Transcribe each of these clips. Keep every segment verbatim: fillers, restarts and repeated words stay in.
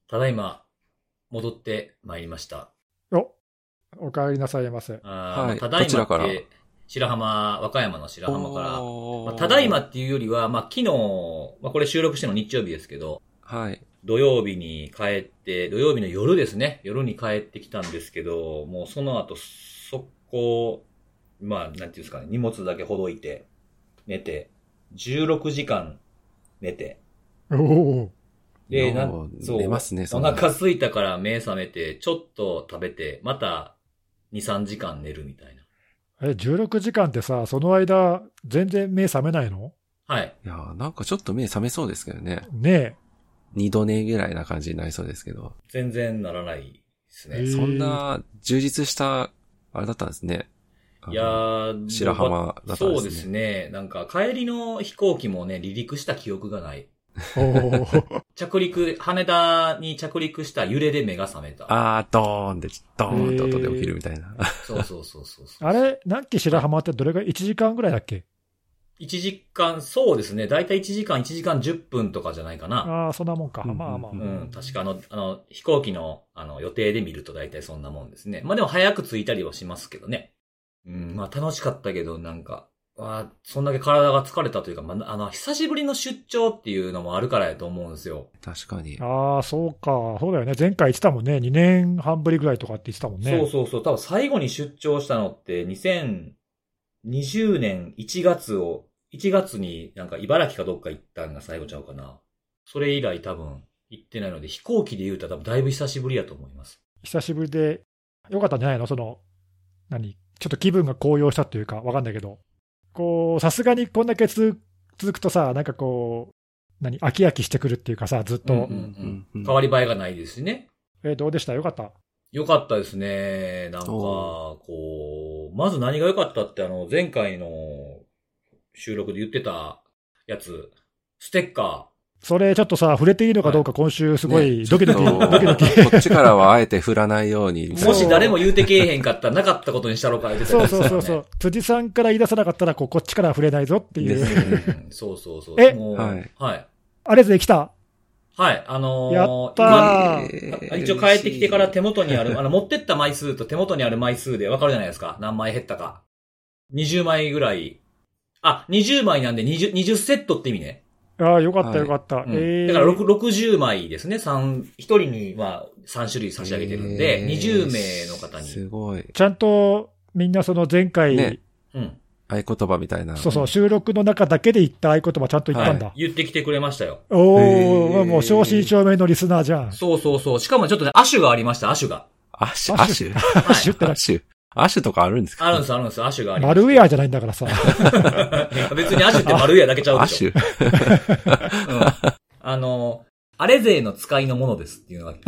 ただいま、戻ってまいりました。 お、お帰りなさいませ。 あ、はい、ただいまって、白浜、和歌山の白浜から、まあ、ただいまっていうよりは、まあ、昨日、まあ、これ収録しての日曜日ですけど、 はい。 土曜日に帰って、土曜日の夜ですね、夜に帰ってきたんですけど、もうその後、速攻、まあ、なんていうんですかね、荷物だけほどいて、寝て、じゅうろくじかん寝て、 おお。 で、な、 そう。寝ますね、 お腹空いたから目覚めて、ちょっと食べて、またに、さんじかん寝るみたいな。 え、じゅうろくじかんってさ、その間、全然目覚めないの？ はい。 いや、なんかちょっと目覚めそうですけどね。 ねえ。 二度寝ぐらいな感じになりそうですけど。 全然ならないですね。 そんな充実した、あれだったんですね。 いやー、 白浜だったんですね。 そうですね。なんか帰りの飛行機もね、離陸した記憶がない。着陸、羽田に着陸した揺れで目が覚めた。 あー、ドーンで、ドーンって音で起きるみたいな。 そうそうそうそうそう。 あれ、南紀白浜ってどれがいちじかんぐらいだっけ？ いちじかん、そうですね。だいたいいちじかん、いちじかんじゅっぷんとかじゃないかな。 ああ、そんなもんか。 うん、 まあまあ。 うん、確かあの、あの、飛行機の、あの、予定で見るとだいたいそんなもんですね。まあでも早く着いたりはしますけどね。うん、まあ楽しかったけど、なんか、あそんだけ体が疲れたというか、まあ、あの、久しぶりの出張っていうのもあるからやと思うんですよ。 確かに。 ああ、そうか。そうだよね。前回言ってたもんね。にねんはんぶりぐらいとかって言ってたもんね。 そうそうそう。多分最後に出張したのってにせんにじゅうねんいちがつを、いちがつになんか茨城かどっか行ったんが最後ちゃうかな。それ以来多分行ってないので、飛行機で言うと多分だいぶ久しぶりやと思います。 久しぶりで、よかったんじゃないの？その、何ちょっと気分が高揚したというか、わかんないけど。こう、さすがにこんだけ続くとさ、なんかこう、何飽き飽きしてくるっていうかさ、ずっと。うんうんうん、変わり映えがないですしね。 えー、どうでした？よかった？ よかったですね。なんか、こう、まず何が良かったって、あの、前回の収録で言ってたやつ、ステッカー。 それちょっとさ、触れていいのかどうか今週すごいドキドキ、 ね、 ドキドキ。 こっちからはあえて振らないように。 もし誰も言うてけえへんかったらなかったことにしたろか言ってた、 ね、そうそうそうそう。辻さんから言い出さなかったらこうこっちから触れないぞっていう。 ね、そうそうそう。 え、 はい。はい。 あれで来た？ はい。あのー、 やったー。 一応帰ってきてから手元にある、あの、持ってった枚数と手元にある枚数でわかるじゃないですか。何枚減ったか。にじゅうまいぐらい。あ、にじゅうまいなんでにじゅう、にじゅうセットって意味ね。 ああ、よかったよかった。はい、 うんえー、だからろくじゅうまいですね。三、一人にはさん種類差し上げてるんで、えー、にじゅうめいの方に。 すごい。 ちゃんとみんなその前回、 ね、うん。合言葉みたいな。 そうそう、収録の中だけで言った合言葉ちゃんと言ったんだ。はい、 言ってきてくれましたよ。 おー、もう正真正銘のリスナーじゃん。 そうそうそう。しかもちょっとね、アシュがありました、アシュが。 アシュアシュアシュってアシュアシュとかあるんですか？ あるんです、あるんです、アシュがあります。 マルウェアじゃないんだからさ。 別にアシュってマルウェアだけちゃうでしょ。 アシュ、 うん、あの、あれ勢の使いのものですっていうのが。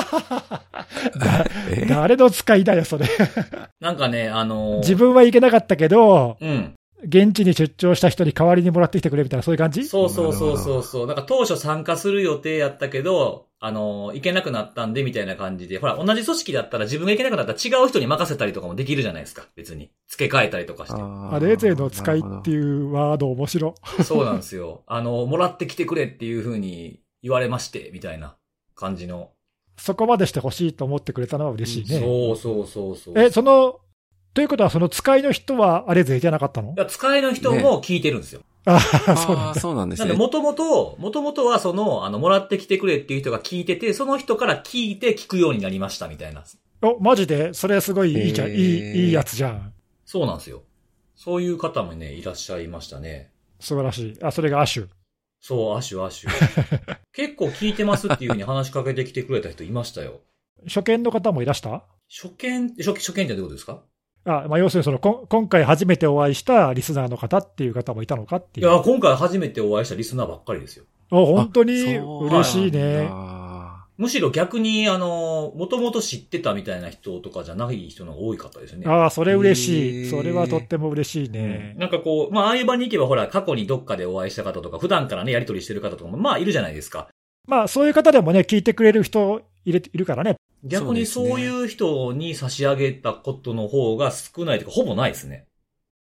誰の使いだよ、それ。 なんかね、あのー、 自分は行けなかったけど、 うん。 現地に出張した人に代わりにもらってきてくれみたいな、そういう感じ？ そうそうそうそうそう。なんか当初参加する予定やったけど、あの、行けなくなったんでみたいな感じで、ほら、同じ組織だったら自分が行けなくなったら違う人に任せたりとかもできるじゃないですか、別に。付け替えたりとかして。 あれ勢の使いっていうワード面白。 そうなんですよ。あの、もらってきてくれっていう風に言われまして、みたいな感じの。 そこまでしてほしいと思ってくれたのは嬉しいね。 そうそうそうそう。 え、その、ということはその使いの人はあれ勢じゃなかったの？いや、使いの人も聞いてるんですよ。ねああ、そうなんだ。 そうなんですね。 なんで、もともと、もともとはその、あの、もらってきてくれっていう人が聞いてて、その人から聞いて聞くようになりましたみたいな。 お、マジで？それすごいいいじゃん。いい、いいやつじゃん。 そうなんですよ。そういう方もね、いらっしゃいましたね。 素晴らしい。あ、それがアシュ。 そう、アシュ、アシュ。結構聞いてますっていう風に話しかけてきてくれた人いましたよ。 初見の方もいらした？ 初見、初、初見ってどういうことですか？ あ、まあ、要するにそのこ今回初めてお会いしたリスナーの方っていう方もいたのかっていう。 いや、今回初めてお会いしたリスナーばっかりですよ。 あ、本当に嬉しいね。 むしろ逆に、あの、もともと知ってたみたいな人とかじゃない人の多い方ですね。 ああ、それ嬉しい。それはとっても嬉しいね。 うん、なんかこう、まあ、ああいう場に行けばほら、過去にどっかでお会いした方とか、普段からね、やりとりしてる方とかも、まあ、いるじゃないですか。 まあ、そういう方でもね、聞いてくれる人いる、いるからね。 逆にそういう人に差し上げたことの方が少ないというか、ほぼないですね。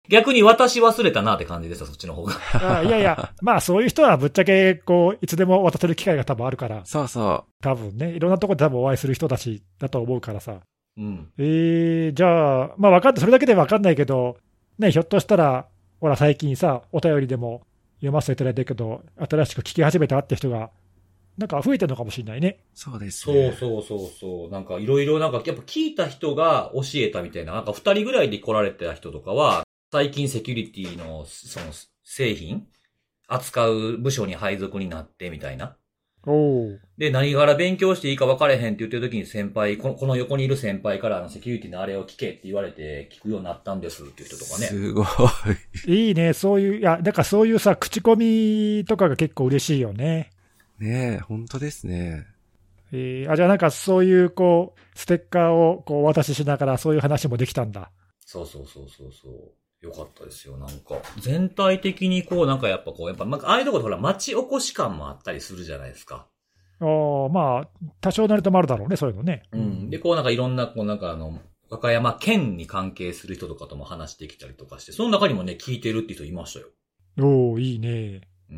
逆に私忘れたなって感じでした、そっちの方が。 あいやいや、まあそういう人はぶっちゃけ、こう、いつでも渡せる機会が多分あるから、 そうそ多分ね、いろんなところで多分お会いする人たちだと思うからさ。 うん。 えー、じゃあ、まあ分かんない、それだけで分かんないけど、ね、ひょっとしたら、ほら最近さ、お便りでも読ませていただいてるけど、新しく聞き始めたって人が、なんか増えてるのかもしれないね。 そうですそうね。 そうそうそう。なんかいろいろなんか、やっぱ聞いた人が教えたみたいな、なんか二人ぐらいで来られた人とかは、最近セキュリティのその製品扱う部署に配属になってみたいな。 おー。 で、何から勉強していいか分かれへんって言ってる時に先輩、このこの横にいる先輩からあのセキュリティのあれを聞けって言われて聞くようになったんですっていう人とかね。 すごい。 いいね、そういう、いや、だからそういうさ、口コミとかが結構嬉しいよね。 ねえ、本当ですね。 えー、あ、じゃあなんかそういう、こう、ステッカーをこうお渡ししながらそういう話もできたんだ。 そうそうそうそうそう。よかったですよ、なんか。全体的にこう、なんかやっぱこう、やっぱ、なんかああいうところほら、町おこし感もあったりするじゃないですか。 ああ、まあ、多少なりともあるだろうね、そういうのね。 うん。で、こうなんかいろんな、こうなんかあの、和歌山県に関係する人とかとも話してきたりとかして、その中にもね、聞いてるって人いましたよ。 おお、いいね。 うん、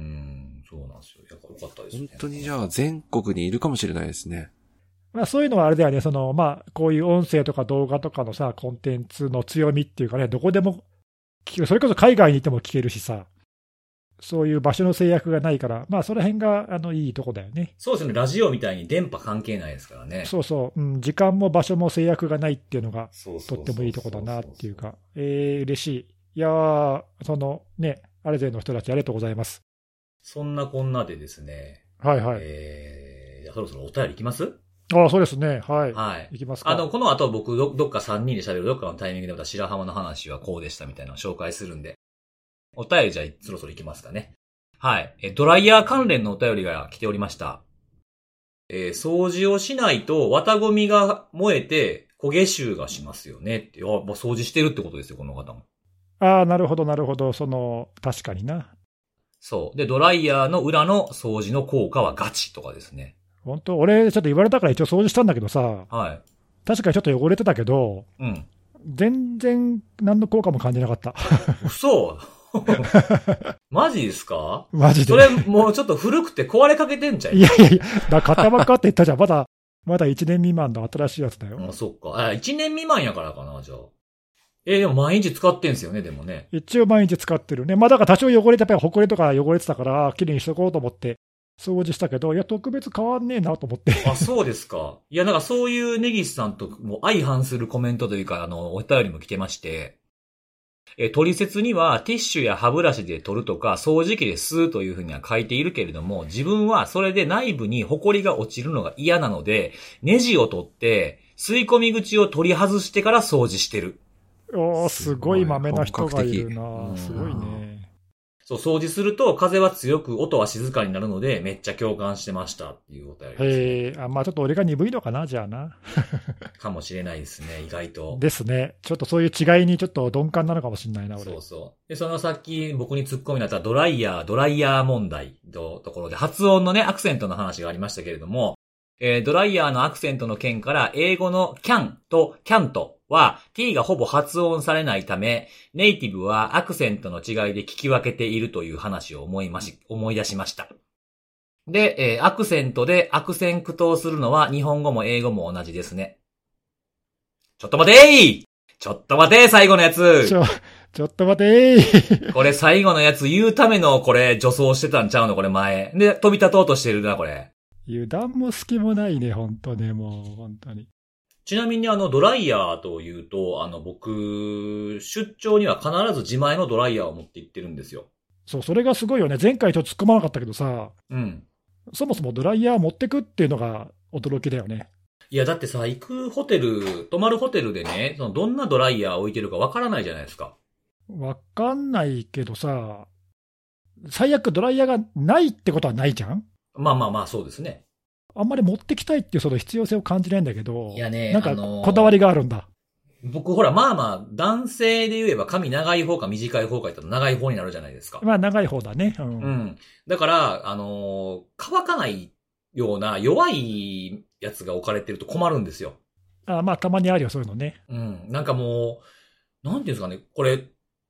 そうなんですよ。やっぱよかったですね。 本当にじゃあ全国にいるかもしれないですね。 まあ、そういうのはあれだよね、そのまあ、こういう音声とか動画とかのさ、コンテンツの強みっていうかね、どこでも聞ける、それこそ海外にいても聞けるしさ、そういう場所の制約がないから、まあ、その辺があのいいとこだよね。 そうですね、ラジオみたいに電波関係ないですからね。 そうそう、うん、時間も場所も制約がないっていうのが、 そうそうそうそうとってもいいとこだなっていうか、えー、嬉しい。いやー、そのね、アレゼンの人たち、ありがとうございます。 そんなこんなでですね。 はいはい。 えー、じゃあそろそろお便りいきます？ ああ、そうですね。はい。 はい。 いきますか。 あの、この後僕ど、どっかさんにんで喋るどっかのタイミングでまた白浜の話はこうでしたみたいなのを紹介するんで。お便りじゃあそろそろいきますかね。はい。え、ドライヤー関連のお便りが来ておりました。えー、掃除をしないと綿ゴミが燃えて焦げ臭がしますよねって。あ、もう掃除してるってことですよ、この方も。 ああ、なるほど、なるほど。その、確かにな。 そう。で、ドライヤーの裏の掃除の効果はガチとかですね。 本当、俺、ちょっと言われたから一応掃除したんだけどさ、 はい。 確かにちょっと汚れてたけど、 うん。 全然何の効果も感じなかった。 嘘マジですか？ マジで。 それもうちょっと古くて壊れかけてんじゃん。 いやいやいや、だ買ったばっかって言ったじゃん。まだ、まだいちねん未満の新しいやつだよ。 あ、そっか。あ、いちねん未満やからかな、じゃあ。えーでも毎日使ってんすよね、でもね。 一応毎日使ってるね。まあだから多少汚れて、やっぱり埃とか汚れてたから、きれいにしとこうと思って掃除したけど、いや、特別変わんねえなと思って。 あ、そうですか。いや、なんかそういう根岸さんとも相反するコメントというか、あの、お便りも来てまして、え、取説にはティッシュや歯ブラシで取るとか、掃除機で吸うというふうには書いているけれども、自分はそれで内部に埃が落ちるのが嫌なので、ネジを取って、吸い込み口を取り外してから掃除してる。 おー、すごい豆な人がいるな。 うんすごいね。 そう、掃除すると風は強く音は静かになるので、めっちゃ共感してましたっていうお便りです、ね。 へえ、あ、まあちょっと俺が鈍いのかな、じゃあな。 かもしれないですね、意外と。 ですね。ちょっとそういう違いにちょっと鈍感なのかもしれないな、俺。 そうそう。で、そのさっき僕に突っ込みになったドライヤー、ドライヤー問題のところで、発音のね、アクセントの話がありましたけれども、えー、ドライヤーのアクセントの件から、英語の can と can't は t がほぼ発音されないため、ネイティブはアクセントの違いで聞き分けているという話を思いまし、思い出しました。で、えー、アクセントでアクセンクトをするのは日本語も英語も同じですね。ちょっと待てーちょっと待てー最後のやつちょ、ちょっと待てーこれ最後のやつ言うためのこれ助走してたんちゃうのこれ前。で、飛び立とうとしてるな、これ。 油断も隙もないね、本当ね、もう、本当に。 ちなみにあのドライヤーというと、あの僕、出張には必ず自前のドライヤーを持って行ってるんですよ。 そう、それがすごいよね。前回ちょっと突っ込まなかったけどさ、 うん。 そもそもドライヤー持ってくっていうのが驚きだよね。 いや、だってさ、行くホテル、泊まるホテルでね、そのどんなドライヤー置いてるかわからないじゃないですか。 わかんないけどさ、最悪ドライヤーがないってことはないじゃん？ まあまあまあ、そうですね。 あんまり持ってきたいっていうその必要性を感じないんだけど、 いやね、 なんかあのーこだわりがあるんだ。 僕ほら、まあまあ、男性で言えば髪長い方か短い方か言ったら長い方になるじゃないですか。 まあ長い方だね。うん。 うん。だから、あのー乾かないような弱いやつが置かれてると困るんですよ。 あまあたまにあるよ、そういうのね。 うん。なんかもう、なんていうんですかね、これ、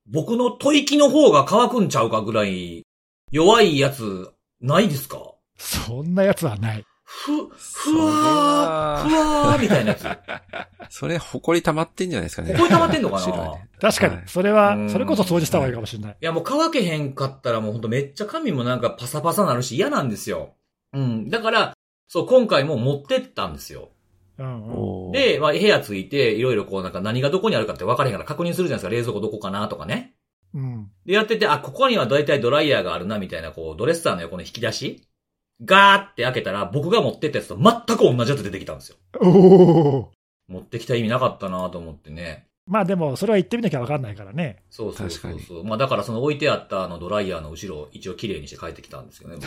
僕の吐息の方が乾くんちゃうかぐらい、弱いやつ、ないですか？ そんなやつはない。 ふ、ふわー、ふわーみたいなやつ。 それ、埃溜まってんじゃないですかね。 埃溜まってんのかな？ ね、 確かに、それは、それこそ掃除した方がいいかもしれない。 いや、もう乾けへんかったらもうほんとめっちゃ髪もなんかパサパサなるし嫌なんですよ。うん。だから、そう、今回も持ってったんですよ。 うんうん、 で、まあ、部屋着いて、いろいろこうなんか何がどこにあるかって分からへんから確認するじゃないですか。冷蔵庫どこかなとかね。 うん。 で、やってて、あ、ここにはだいたいドライヤーがあるなみたいな、こう、ドレッサーの横の引き出しガーって開けたら、僕が持ってったやつと全く同じやつ出てきたんですよ。 おー。 持ってきた意味なかったなと思ってね。 まあでも、それは言ってみなきゃ分かんないからね。 そうそうそうそう。まあだからその置いてあったあのドライヤーの後ろを一応綺麗にして帰ってきたんですよね。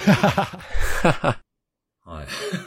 はい。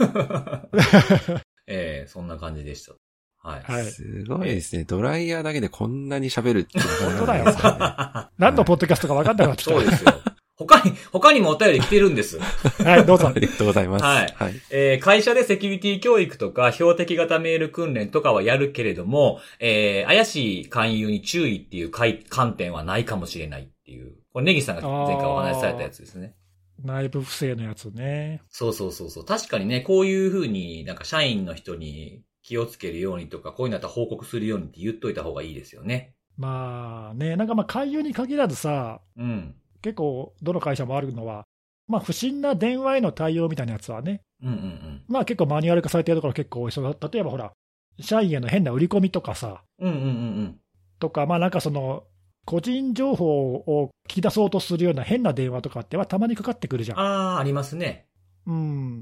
ええー、そんな感じでした。はい。 はい。 すごいですね。ドライヤーだけでこんなに喋るって本当だよ。何のポッドキャストか分かんなくなってきた。 そうですよ。他に、他にもお便り来てるんです。 はい、どうぞ。 ありがとうございます。 はい。はい、えー、会社でセキュリティ教育とか、標的型メール訓練とかはやるけれども、えー、怪しい勧誘に注意っていう観点はないかもしれないっていう。これ、ネギさんが前回お話しされたやつですね。 内部不正のやつね。 そうそうそうそう。確かにね、こういうふうになんか社員の人に気をつけるようにとか、こういうのだったら報告するようにって言っといた方がいいですよね。 まあね、なんかまあ勧誘に限らずさ、 うん。 結構、どの会社もあるのは、まあ、不審な電話への対応みたいなやつはね、 うんうんうん、 まあ結構マニュアル化されてるところ結構多い。その例えばほら、社員への変な売り込みとかさ、 うんうんうんうん、 とか、まあなんかその、個人情報を聞き出そうとするような変な電話とかってはたまにかかってくるじゃん。 ああ、ありますね。 うん、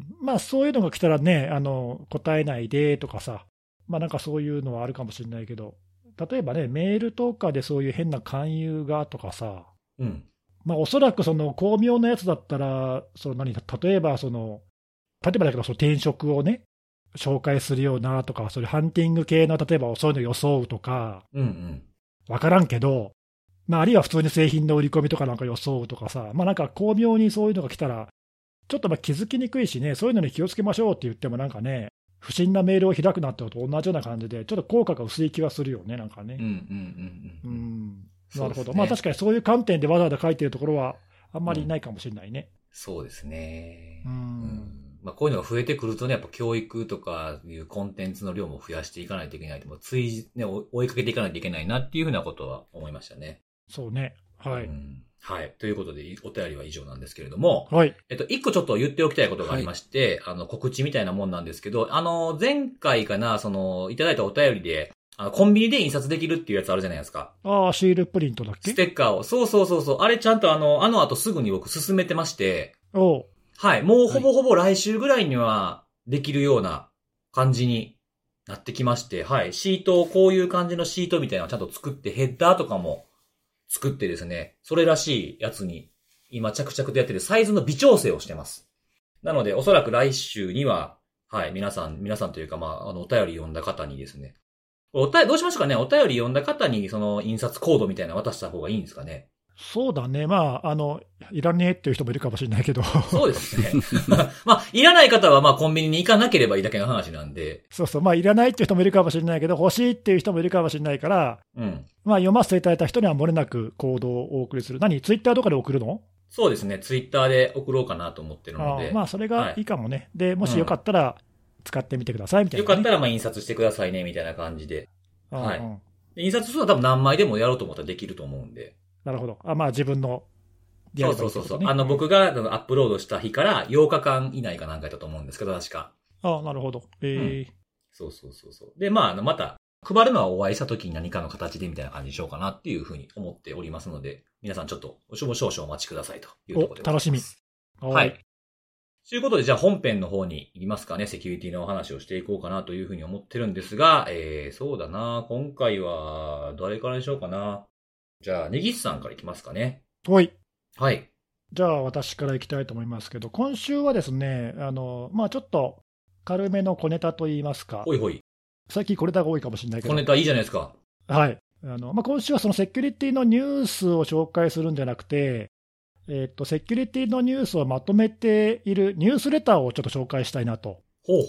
まあそういうのが来たらね、あの答えないでとかさ、まあなんかそういうのはあるかもしれないけど、例えばね、メールとかでそういう変な勧誘がとかさ、 うん。 まあ、おそらくその巧妙なやつだったら、その何例えばその、例えばだけど、その転職をね、紹介するようなとか、そういうハンティング系の、例えばそういうの装うとか、 うんうん、 分からんけど、まあ、あるいは普通に製品の売り込みとかなんか装うとかさ、まあ、なんか巧妙にそういうのが来たら、ちょっとまあ気づきにくいしね、そういうのに気をつけましょうって言っても、なんかね、不審なメールを開くなってのと同じような感じで、ちょっと効果が薄い気がするよね、なんかね。 うんうんうんうん。うんなるほど、ね、まあ確かにそういう観点でわざわざ書いてるところはあんまりないかもしれないね。 うん、そうですね。 うん、 うんまあ、こういうのが増えてくるとね、やっぱ教育とかいうコンテンツの量も増やしていかないといけないと、ついね、追いかけていかないといけないなっていうふうなことは思いましたね。 そうね。はい。うん、 はい。ということで、お便りは以上なんですけれども、 はい。 えっと、一個ちょっと言っておきたいことがありまして、はい、あの、告知みたいなもんなんですけど、あの、前回かな、その、いただいたお便りで、あのコンビニで印刷できるっていうやつあるじゃないですか。 ああ、シールプリントだっけ？ ステッカーを。そうそうそうそう。あれちゃんとあの、あの後すぐに僕進めてまして、 おはい。もうほぼほぼ来週ぐらいにはできるような感じになってきまして、はい。シートを、こういう感じのシートみたいなのをちゃんと作って、ヘッダーとかも作ってですね、それらしいやつに今着々とやっててサイズの微調整をしてます。なので、おそらく来週には、はい、皆さん、皆さんというか、まあ、あの、お便り読んだ方にですね、お便り、どうしましょうかね？お便り読んだ方に、その、印刷コードみたいなの渡した方がいいんですかね？ そうだね。まあ、あの、いらねえっていう人もいるかもしれないけど。 そうですね。まあ、いらない方は、まあ、コンビニに行かなければいいだけの話なんで。 そうそう。まあ、いらないっていう人もいるかもしれないけど、欲しいっていう人もいるかもしれないから、 うん。 まあ、読ませていただいた人には漏れなくコードをお送りする。何？ツイッターとかで送るの？ そうですね。ツイッターで送ろうかなと思ってるので。 あまあ、それがいいかもね。はい、で、もしよかったら、使ってみてくださいみたいな、ねうん。よかったら、まあ、印刷してくださいね、みたいな感じで。はい。 うん、 印刷するのは多分何枚でもやろうと思ったらできると思うんで。 なるほど。あ、まあ、自分の、 ね。そうそうそうそう。あの、僕がアップロードした日からようかかん以内かなんかだと思うんですけど、確か。 ああ、なるほど。ええーうん。 そうそうそうそう。で、まあ、あの、また、配るのはお会いした時に何かの形でみたいな感じにしようかなっていうふうに思っておりますので、皆さんちょっと、少々お待ちくださいというところでございます。 お、楽しみ。 はい。ということで、じゃあ本編の方に行きますかね。セキュリティのお話をしていこうかなというふうに思ってるんですが、えー、そうだな。今回は、誰からにしようかな。じゃあ、ネギスさんからいきますかね。 はい。 はい。 じゃあ、私からいきたいと思いますけど、今週はですね、あの、まあちょっと、軽めの小ネタといいますか。 ほいほい。 最近小ネタが多いかもしれないけど。 小ネタいいじゃないですか。 はい。あの、まあ今週はそのセキュリティのニュースを紹介するんじゃなくて、えっと、セキュリティのニュースをまとめているニュースレターをちょっと紹介したいなと。 ほうほう。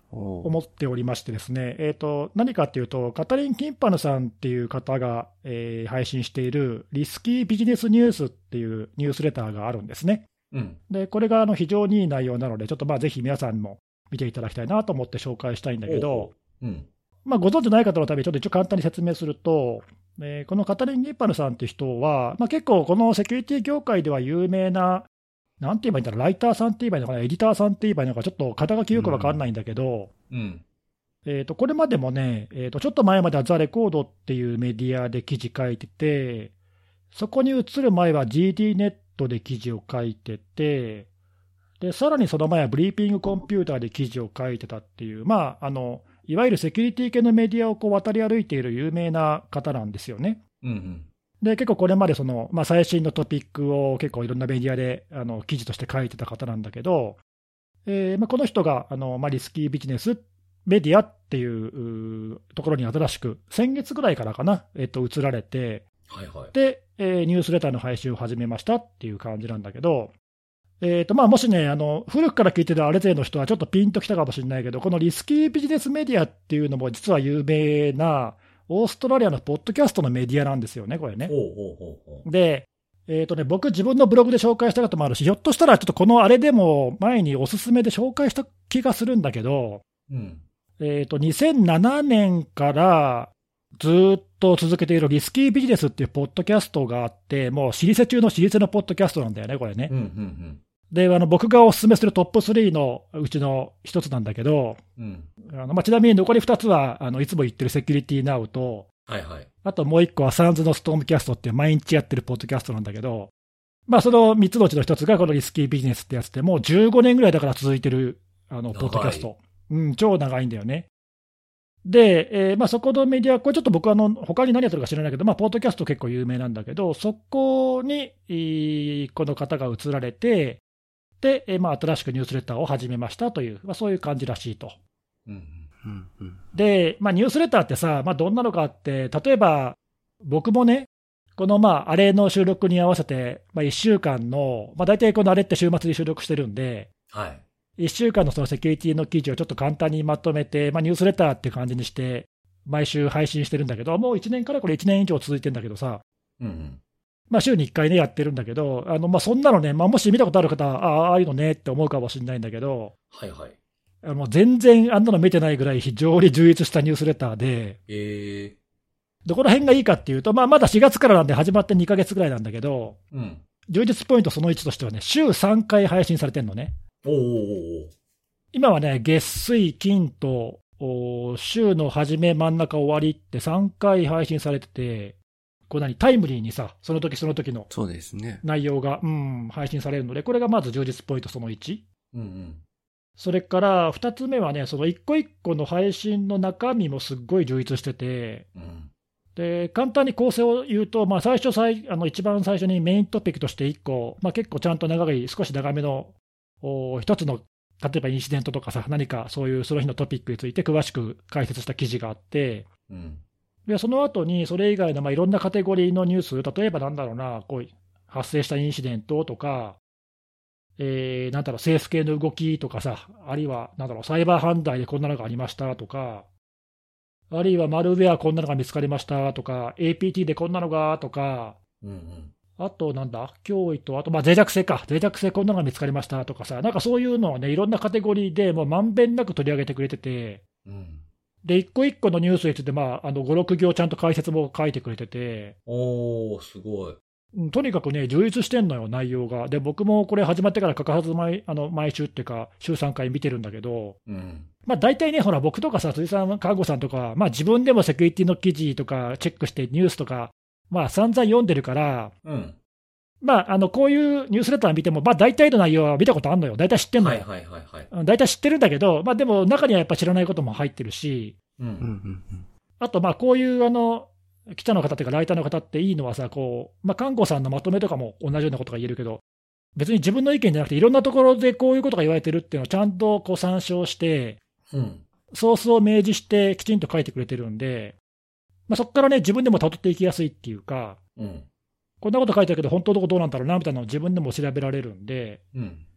思っておりましてですね、えーと、何かっていうと、カタリン・キンパヌさんっていう方が、えー配信しているリスキービジネスニュースっていうニュースレターがあるんですね。 うん。 で、これがあの非常にいい内容なので、ちょっとまあぜひ皆さんにも見ていただきたいなと思って紹介したいんだけど、 うん。 まあ、ご存知ない方のためにちょっと一応簡単に説明すると、えーこのカタリン・ギッパルさんっていう人は、まあ、結構このセキュリティ業界では有名な、なんて言えばいいんだろう、ライターさんって言えばいいのかな、エディターさんって言えばいいのか、ちょっと肩書きよくわかんないんだけど、 うん。 えーとこれまでもね、えーと、ちょっと前まではザ・レコードっていうメディアで記事書いてて、そこに移る前は ジーディー ネットで記事を書いてて、でさらにその前はブリーピングコンピューターで記事を書いてたっていう、まあ、あのいわゆるセキュリティ系のメディアをこう渡り歩いている有名な方なんですよね。 うんうん。 で結構これまでその、まあ、最新のトピックを結構いろんなメディアであの記事として書いてた方なんだけど、えーまあ、この人があの、まあ、リスキービジネスメディアっていううところに新しく、先月ぐらいからかな、えっと、移られて、 はいはい。 で、えーニュースレターの配信を始めましたっていう感じなんだけど、えーとまあ、もしねあの、古くから聞いてるあれ勢の人はちょっとピンときたかもしれないけど、このリスキービジネスメディアっていうのも実は有名な、オーストラリアのポッドキャストのメディアなんですよね、これね。 ほうほうほうほう。 で、えーとね、僕、自分のブログで紹介したこともあるし、ひょっとしたらちょっとこのあれでも前におすすめで紹介した気がするんだけど、 うん。 えーとにせんななねんからずっと続けているリスキービジネスっていうポッドキャストがあって、もう老舗中の老舗のポッドキャストなんだよね、これね。 うんうんで、あの僕がお勧めするトップスリーのうちの一つなんだけど、 うん。うん。 あのまあ、ちなみに残りふたつはあのいつも言ってるセキュリティナウと、 はいはい。 あともういっこはサンズのストームキャストっていう毎日やってるポッドキャストなんだけど、まあ、そのみっつのうちのひとつがこのリスキービジネスってやつで、もうじゅうごねんぐらいだから続いてるあのポッドキャスト、うん、超長いんだよね。で、えーまあ、そこのメディア、これちょっと僕はあの他に何やってるか知らないけど、まあ、ポッドキャスト結構有名なんだけど、そこにえーこの方が移られて、で、えーまあ、新しくニュースレターを始めましたという、まあ、そういう感じらしいと。 うんうんうん。 で、まあ、ニュースレターってさ、まあ、どんなのかって、例えば僕もね、このまああれの収録に合わせて、まあ、いっしゅうかんの、まあ、大体このあれって週末に収録してるんで、 はい。 いっしゅうかんのそのセキュリティの記事をちょっと簡単にまとめて、まあ、ニュースレターっていう感じにして、毎週配信してるんだけど、もういちねんからこれいちねん以上続いてるんだけどさ、 うんうん。 まあ、週にいっかいね、やってるんだけど、あのまあそんなのね、まあ、もし見たことある方は、ああ、ああいうのねって思うかもしれないんだけど、 はいはい。 あの全然あんなの見てないぐらい非常に充実したニュースレターで、 ええどこら辺がいいかっていうと、まあ、まだしがつからなんで始まってにかげつぐらいなんだけど、 ー。うん。 充実ポイントそのいちとしてはね、週さんかい配信されてるのね。 おーおーおーおー。 今はね、月水金と、お週の初め真ん中終わりってさんかい配信されてて、こう何タイムリーにさ、その時その時のそうですね。 内容が、うん、配信されるので、これがまず充実ポイントそのいち。 うんうん。 それからふたつめはね、その一個一個の配信の中身もすっごい充実してて、 うん。 で簡単に構成を言うと、まあ、最初最、あの一番最初にメイントピックとしていっこ、まあ、結構ちゃんと長い、少し長めのお一つの、例えばインシデントとかさ、何かそういうその日のトピックについて詳しく解説した記事があって、 うん。 でその後にそれ以外のまあいろんなカテゴリーのニュース、例えばなんだろうな、こう発生したインシデントとか、えーなんだろう、政府系の動きとかさ、あるいはなんだろう、サイバー犯罪でこんなのがありましたとか、あるいはマルウェアこんなのが見つかりましたとか、エーピーティー でこんなのがとか、 うんうん。 あとなんだ、脅威と、あとまあ脆弱性か、脆弱性こんなのが見つかりましたとかさ、なんかそういうのをね、いろんなカテゴリーでもうまんべんなく取り上げてくれてて、 うん。 で、一個一個のニュースについて、まあ、あのご、ろくぎょうちゃんと解説も書いてくれてて、 おー、すごい。 うんとにかくね、充実してんのよ、内容が。で、僕もこれ始まってから欠かさず毎あの毎週っていうか、週さんかい見てるんだけど、 うん。 まあ、大体ね、ほら、僕とかさ、辻さん、看護さんとか、まあ、自分でもセキュリティの記事とかチェックして、ニュースとか、まあ、散々読んでるから、 うん。 まあ、あのこういうニュースレター見ても、まあ、大体の内容は見たことあるのよ、大体知ってんのよ。 はいはいはいはい。 うん大体知ってるんだけど、まあ、でも中にはやっぱ知らないことも入ってるし、 う。 うんうんんあと、まあこういうあの記者の方というか、ライターの方っていいのはさ、こうまあ、看護さんのまとめとかも同じようなことが言えるけど、別に自分の意見じゃなくて、いろんなところでこういうことが言われてるっていうのをちゃんとこう参照して、 うん。 ソースを明示してきちんと書いてくれてるんで、まあ、そこからね、自分でも辿っていきやすいっていうか、 うん。 こんなこと書いてあるけど、本当のとこどうなんだろうなみたいなのを自分でも調べられるんで、 うん。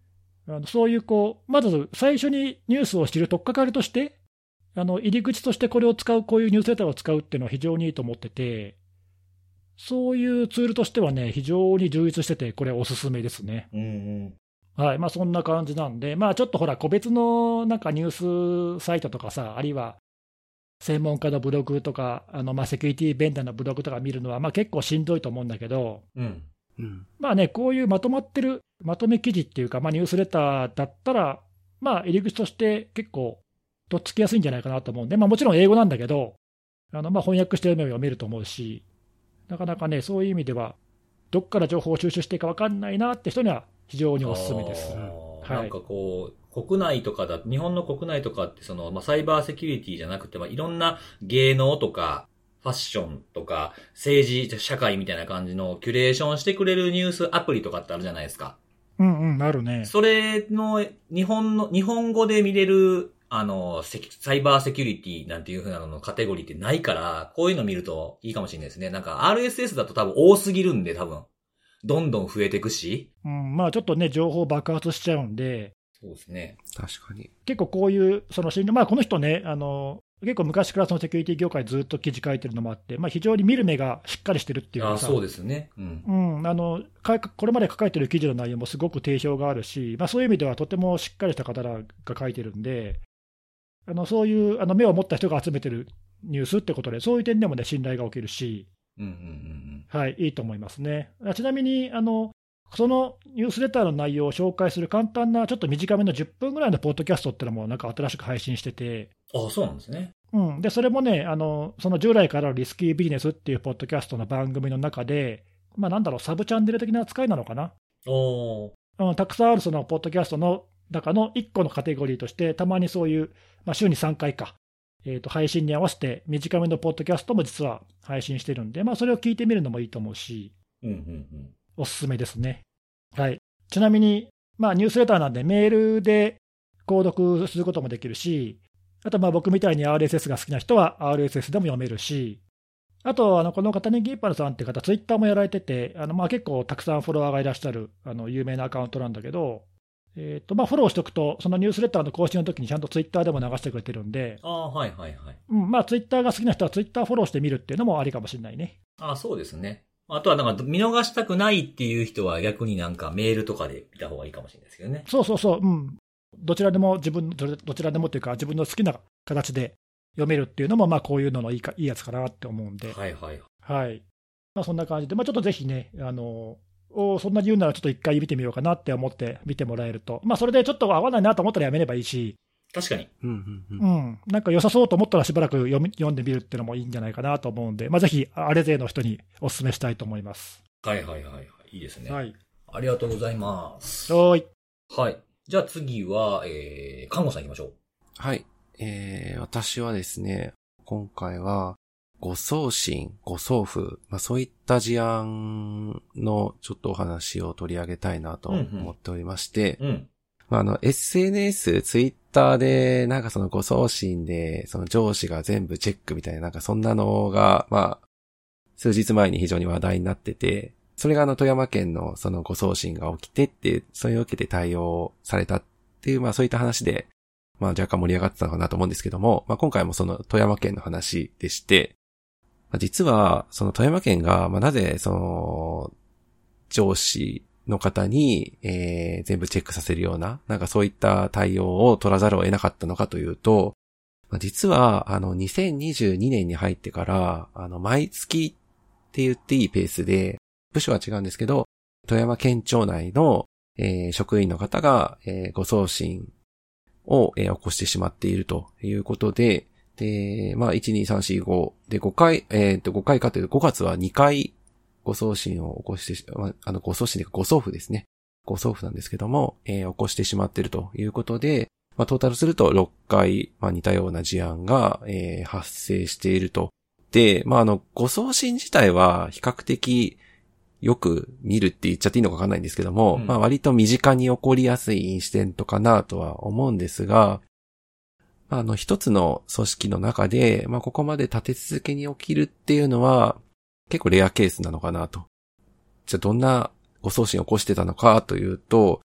あのそういうこう、まず最初にニュースを知る取っかかりとして、あの入り口としてこれを使う、こういうニュースレターを使うっていうのは非常にいいと思ってて、そういうツールとしてはね、非常に充実してて、これおすすめですね。 うんうんはい、まあそんな感じなんで、まあちょっとほら、個別のなんかニュースサイトとかさ、あるいは専門家のブログとか、あのまあセキュリティベンダーのブログとか見るのは、まあ結構しんどいと思うんだけど、 うんうん。 まあね、こういうまとまってる、まとめ記事っていうか、まあ、ニュースレターだったら、まあ入り口として結構、とっつきやすいんじゃないかなと思うんで、まあ、もちろん英語なんだけど、あのまあ翻訳して読めると思うし、なかなかね、そういう意味では、どっから情報を収集していいか分かんないなって人には非常におすすめです。 あーはいなんかこう、国内とかだ、日本の国内とかってその、まあ、サイバーセキュリティじゃなくて、まあ、いろんな芸能とか、ファッションとか、政治、社会みたいな感じのキュレーションしてくれるニュースアプリとかってあるじゃないですか。 うんうん、あるね。 それの、日本の、日本語で見れる、あの、セキサイバーセキュリティなんていう風なののカテゴリーってないから、こういうの見るといいかもしれないですね。なんか アールエスエス だと多分多すぎるんで、多分。どんどん増えていくし。 うん、まあちょっとね、情報爆発しちゃうんで、 そうですね。 確かに。 結構こういう、その信頼、まあこの人ね、あの結構昔からそのセキュリティ業界ずっと記事書いてるのもあって、まあ、非常に見る目がしっかりしてるっていうかさ、 あそうですね。うん。 うん、あのかこれまで書かれてる記事の内容もすごく定評があるし、まあ、そういう意味ではとてもしっかりした方らが書いてるんで、あのそういうあの目を持った人が集めてるニュースってことで、そういう点でもね、信頼が起きるし、 うんうんうんはい、いいと思いますね。ちなみにあのそのニュースレターの内容を紹介する簡単な、ちょっと短めのじゅっぷんぐらいのポッドキャストっていうのも、なんか新しく配信してて、 うん。あそうなんですね。 うん、でそれもねあの、その従来からのリスキービジネスっていうポッドキャストの番組の中で、まあ、なんだろう、サブチャンネル的な扱いなのかな、 おー。 うん、たくさんあるそのポッドキャストの中のいっこのカテゴリーとして、たまにそういう、まあ、週にさんかいか、えーと、配信に合わせて短めのポッドキャストも実は配信してるんで、まあ、それを聞いてみるのもいいと思うし、 うんうんうん。 おすすめですね。はい、ちなみに、まあ、ニュースレターなんで、メールで購読することもできるし、あとまあ僕みたいに アールエスエス が好きな人は アールエスエス でも読めるし、あとあのこの片桐銀パルさんって方、ツイッターもやられてて、あのまあ結構たくさんフォロワーがいらっしゃるあの有名なアカウントなんだけど、えーとまあ、フォローしておくと、そのニュースレターの更新の時にちゃんとツイッターでも流してくれてるんで、 ああ、はいはいはい。 うんまあ、ツイッターが好きな人はツイッターフォローしてみるっていうのもありかもしれないね。 ああ、そうですね。あとはなんか見逃したくないっていう人は逆になんかメールとかで見た方がいいかもしれないですけどね。 そうそうそう、うん、どちらでも自分、どどちらでもっていうか、自分の好きな形で読めるっていうのも、まあこういうののいいかいいやつかなって思うんで、 はいはい。 はいまあ、そんな感じで、まあ、ちょっとぜひね、あのおそんなに言うならちょっと一回見てみようかなって思って見てもらえると、まあ、それでちょっと合わないなと思ったらやめればいいし、 確かに。 うんうんう。 うんん、なんか良さそうと思ったらしばらく読み読んでみるっていうのもいいんじゃないかなと思うんで、まあ、ぜひあれ勢の人にお勧めしたいと思います。 はいはいはいはい。いいですね。 はい。 ありがとうございます。 はーい。 はい。じゃあ次は、えー、看護さん行きましょう。 はい。えー、私はですね、今回は、誤送信、誤送付、まあそういった事案のちょっとお話を取り上げたいなと思っておりまして、 うん。 まああの エスエヌエス、ツイッターでなんかその誤送信でその上司が全部チェックみたいななんかそんなのが、まあ数日前に非常に話題になってて、それがあの富山県のその誤送信が起きてって、それを受けて対応されたっていう、まあそういった話で、まあ若干盛り上がってたのかなと思うんですけども、まあ今回もその富山県の話でして、実はその富山県が、まあなぜその上司の方に、えー、全部チェックさせるような、なんかそういった対応を取らざるを得なかったのかというと、まあ、実はあのにせんにじゅうにねんに入ってから、あの毎月って言っていいペースで、部署は違うんですけど、富山県庁内の、えー、職員の方が、えー、誤送信を、えー、起こしてしまっているということで、で、まあ、いち、に、さん、よん、ごでごかい、えっと、ごかいかというとごがつはにかい誤送信を起こして、あの、誤送信で誤送付ですね。誤送付なんですけども、えー、起こしてしまっているということで、まあ、トータルするとろっかい、まあ、似たような事案が、えー、発生していると。で、まあ、あの、誤送信自体は比較的よく見るって言っちゃっていいのかわかんないんですけども、うん、まあ、割と身近に起こりやすいインシデントかなとは思うんですが、あの、一つの組織の中で、まあ、ここまで立て続けに起きるっていうのは、結構レアケースなのかなと。じゃあ、どんな誤送信を起こしてたのかというと、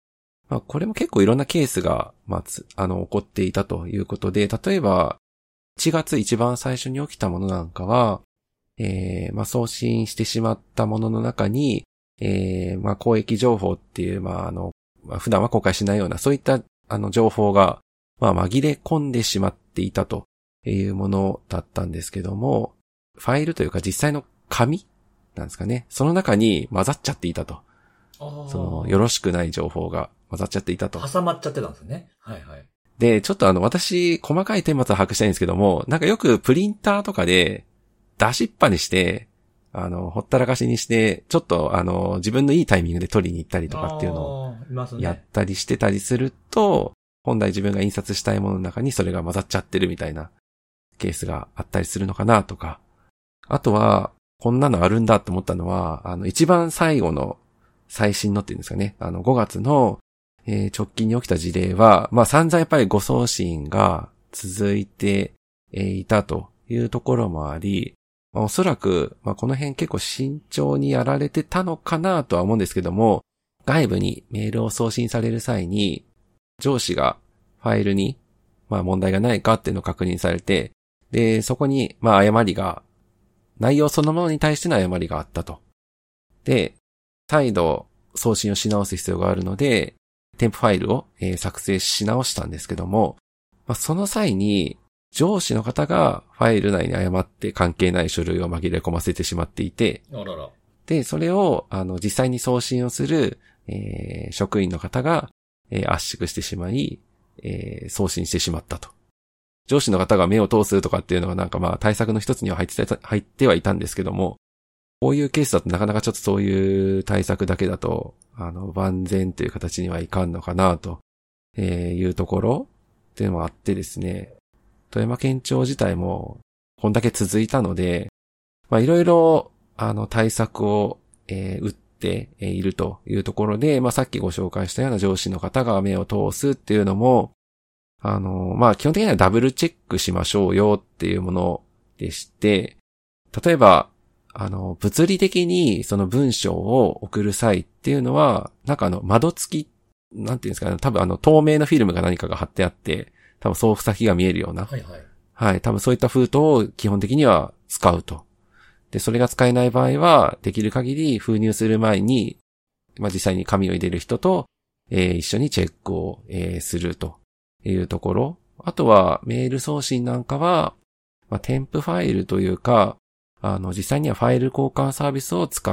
まあ、これも結構いろんなケースが、まあ、つ、あの、起こっていたということで、例えば、いちがつ一番最初に起きたものなんかは、えー、まあ、送信してしまったものの中に、えー、まあ、公益情報っていう、まあ、あの、まあ、普段は公開しないような、そういった、あの、情報が、まあ、紛れ込んでしまっていたというものだったんですけども、ファイルというか実際の紙なんですかね。その中に混ざっちゃっていたと。その、よろしくない情報が混ざっちゃっていたと。 挟まっちゃってたんですね。はいはい。 で、ちょっとあの、私、細かい顛末は把握したいんですけども、なんかよくプリンターとかで、出しっぱにして、あの、ほったらかしにして、ちょっとあの、自分のいいタイミングで取りに行ったりとかっていうのを、やったりしてたりすると、本来自分が印刷したいものの中にそれが混ざっちゃってるみたいなケースがあったりするのかなとか。あとは、こんなのあるんだって思ったのは、あの、一番最後の最新のっていうんですかね、あの、ごがつの、えー、直近に起きた事例は、まあ散々やっぱり誤送信が続いていたというところもあり、まあ、おそらく、まあこの辺結構慎重にやられてたのかなとは思うんですけども、外部にメールを送信される際に、上司がファイルに、まあ問題がないかっていうのを確認されて、で、そこに、まあ誤りが、内容そのものに対しての誤りがあったと。で、再度送信をし直す必要があるので、添付ファイルを、えー、作成し直したんですけども、まあ、その際に、上司の方がファイル内に誤って関係ない書類を紛れ込ませてしまっていて、 あらら。 で、それを、あの、実際に送信をする、えー、職員の方が、えー、圧縮してしまい、えー、送信してしまったと。上司の方が目を通すとかっていうのはなんかまあ対策の一つには入ってた、入ってはいたんですけども、こういうケースだとなかなかちょっとそういう対策だけだと、あの、万全という形にはいかんのかなというところっていうのもあってですね、富山県庁自体もこんだけ続いたので、まあいろいろあの対策を、えー、打っているというところで、まあさっきご紹介したような上司の方が目を通すっていうのも、あの、まあ基本的にはダブルチェックしましょうよっていうものでして、例えば、あの、物理的にその文章を送る際っていうのは、なんかあの、窓付き、なんていうんですかね、多分あの、透明のフィルムが何かが貼ってあって、多分送付先が見えるような。 はいはい。 はい、多分そういった封筒を基本的には使うと。で、それが使えない場合は、できる限り封入する前に、まあ、実際に紙を入れる人と、えー、一緒にチェックを、えー、するというところ。あとは、メール送信なんかは、まあ、添付ファイルというか、あの、実際にはファイル交換サービスを使って、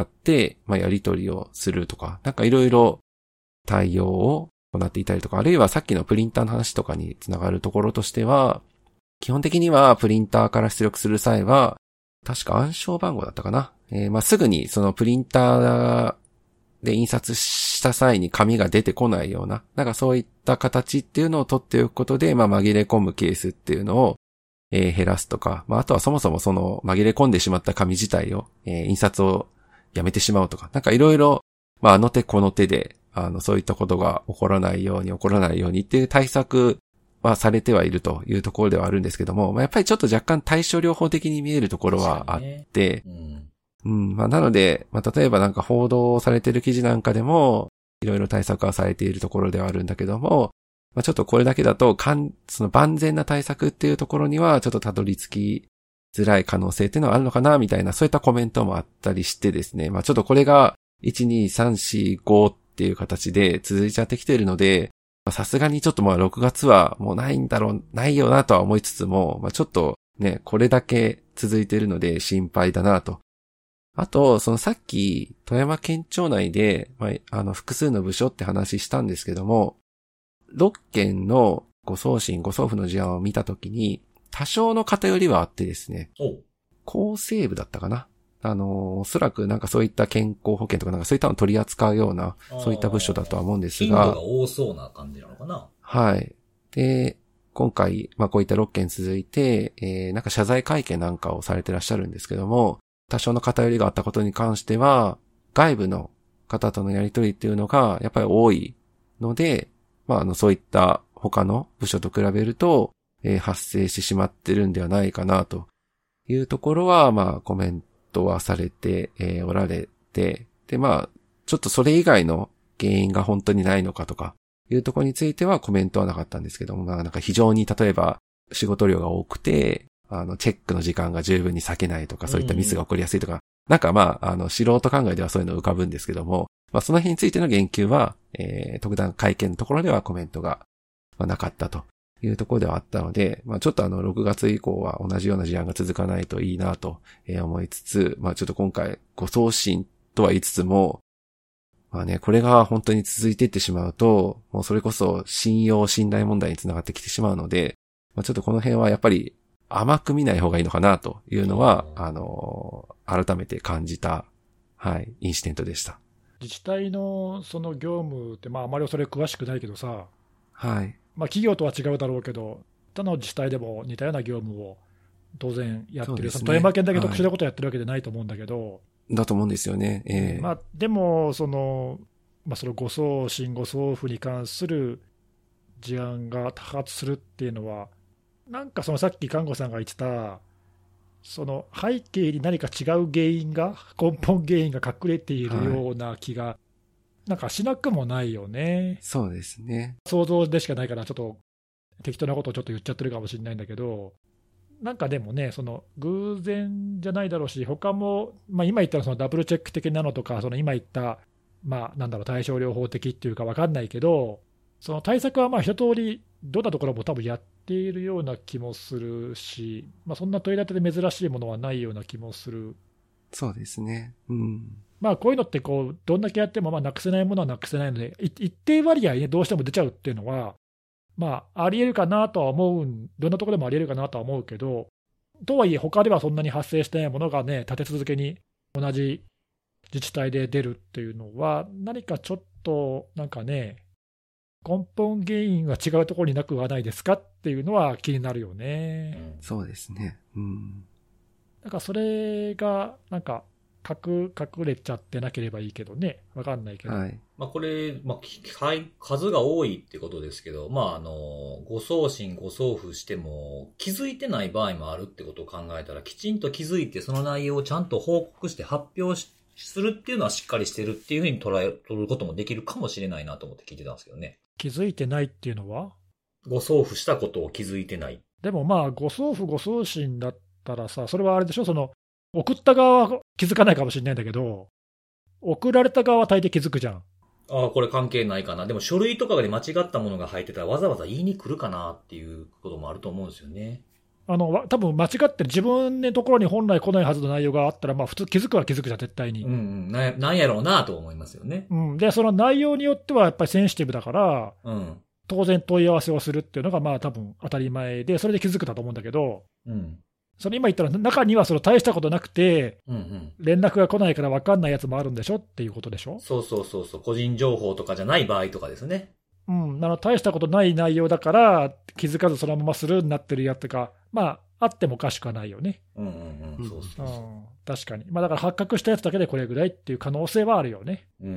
まあ、やり取りをするとか、なんかいろいろ対応を行っていたりとか、あるいはさっきのプリンターの話とかにつながるところとしては、基本的にはプリンターから出力する際は、確か暗証番号だったかな。えー、まあ、すぐにそのプリンターで印刷した際に紙が出てこないような、なんかそういった形っていうのを取っておくことで、まあ、紛れ込むケースっていうのを、えー、減らすとか、まあ、あとはそもそもその紛れ込んでしまった紙自体を、えー、印刷をやめてしまうとか、なんかいろいろ、まあ、あの手この手で、あの、そういったことが起こらないように起こらないようにっていう対策はされてはいるというところではあるんですけども、まあ、やっぱりちょっと若干対処療法的に見えるところはあって、ね、うん、うん、まあ、なので、まあ、例えばなんか報道されている記事なんかでも、いろいろ対策はされているところではあるんだけども、まあ、ちょっとこれだけだと、かん、その万全な対策っていうところには、ちょっとたどり着きづらい可能性っていうのはあるのかな、みたいな、そういったコメントもあったりしてですね。まあ、ちょっとこれが、いち、に、さん、し、ごっていう形で続いちゃってきているので、さすがにちょっとまあろくがつはもうないんだろう、ないよなとは思いつつも、まあ、ちょっとね、これだけ続いているので心配だなと。あと、そのさっき、富山県庁内で、まあ、あの、複数の部署って話したんですけども、ろっけんの誤送信、誤送付の事案を見たときに、多少の偏りはあってですね。厚生部だったかな。あの、おそらくなんかそういった健康保険とかなんかそういったのを取り扱うような、そういった部署だとは思うんですが。 頻度が多そうな感じなのかな。 はい。で、今回、まあこういったろっけん続いて、えー、なんか謝罪会見なんかをされてらっしゃるんですけども、多少の偏りがあったことに関しては、外部の方とのやり取りっていうのがやっぱり多いので、まあ、あの、そういった他の部署と比べると、えー、発生してしまってるんではないかなというところは、まあ、コメントはされて、えー、おられて、で、まあ、ちょっとそれ以外の原因が本当にないのかとか、 いうところについてはコメントはなかったんですけども、まあなんか非常に例えば仕事量が多くて、あの、チェックの時間が十分に割けないとか、そういったミスが起こりやすいとか、うん、なんかまあ、あの、素人考えではそういうの浮かぶんですけども、まあその辺についての言及は、えー、特段会見のところではコメントがなかったというところではあったので、まあちょっとあの、ろくがつ以降は同じような事案が続かないといいなと思いつつ、まあちょっと今回ご送信とは言いつつも、まあね、これが本当に続いていってしまうと、もうそれこそ信用信頼問題につながってきてしまうので、まあちょっとこの辺はやっぱり甘く見ない方がいいのかなというのは、あの、改めて感じた、はい、インシデントでした。 自治体のその業務って、まああまりそれ詳しくないけどさ、 はい。 まあ企業とは違うだろうけど、他の自治体でも似たような業務を当然やってる。その富山県だけ特殊なことをやってるわけじゃないと思うんだけど、はい、 だと思うんですよね。えー、 まあでもその、まあその誤送信、誤送付に関する事案が多発するっていうのは、なんかそのさっき看護さんが言ってた、その背景に何か違う原因が、根本原因が隠れているような気が、なんかしなくもないよね。 そうですね。 想像でしかないから、ちょっと適当なことをちょっと言っちゃってるかもしれないんだけど、なんかでもね、その偶然じゃないだろうし、他も、まあ、今言ったらそのダブルチェック的なのとか、その今言った、まあ、なんだろう、対症療法的っていうか分かんないけど、その対策はまあ一通り、どんなところも多分やっているような気もするし、まあ、そんな問い立てで珍しいものはないような気もする。 そうですね。うん。 まあこういうのってこう、どんだけやってもまあなくせないものはなくせないので、一定割合ね、どうしても出ちゃうっていうのは、まあありえるかなとは思う、どんなところでもありえるかなとは思うけど、とはいえ、他ではそんなに発生してないものがね、立て続けに同じ自治体で出るっていうのは、何かちょっとなんかね、根本原因は違うところになくはないですかっていうのは気になるよね。 うん、そうですね。うん。 なんかそれがなんか隠隠れちゃってなければいいけどね、わかんないけど。 はい。 まあこれ、まあ数が多いってことですけど、まああの誤送信誤送付しても気づいてない場合もあるってことを考えたら、きちんと気づいてその内容をちゃんと報告して発表しするっていうのはしっかりしてるっていうふうに捉え取ることもできるかもしれないなと思って聞いてたんですけどね。 気づいてないっていうのは？ 誤送付したことを気づいてない。 でもまあ誤送付誤送信だったらさ、それはあれでしょ、その送った側は気づかないかもしれないんだけど、送られた側は大抵気づくじゃん。 ああ、これ関係ないかな。でも書類とかで間違ったものが入ってたらわざわざ言いに来るかなっていうこともあると思うんですよね。 あの多分間違ってる、自分のところに本来来ないはずの内容があったら、まあ、普通気づくは気づくじゃん、絶対に。 うんうん、な、なんやろうなと思いますよね。 うん、で、その内容によってはやっぱりセンシティブだから、 うん、 当然問い合わせをするっていうのが、まあ多分当たり前で、それで気づくだと思うんだけど、 うん、 その今言ったら、中にはその大したことなくて、 うんうん、 連絡が来ないから分かんないやつもあるんでしょっていうことでしょ。 そうそうそうそう、個人情報とかじゃない場合とかですね。 うん、あの大したことない内容だから、気づかずそのままスルーになってるやつが、まあ、あってもおかしくはないよね。 うんうんうん、そうそうそう、うん。 確かに。まあだから発覚したやつだけでこれぐらいっていう可能性はあるよね。 うん。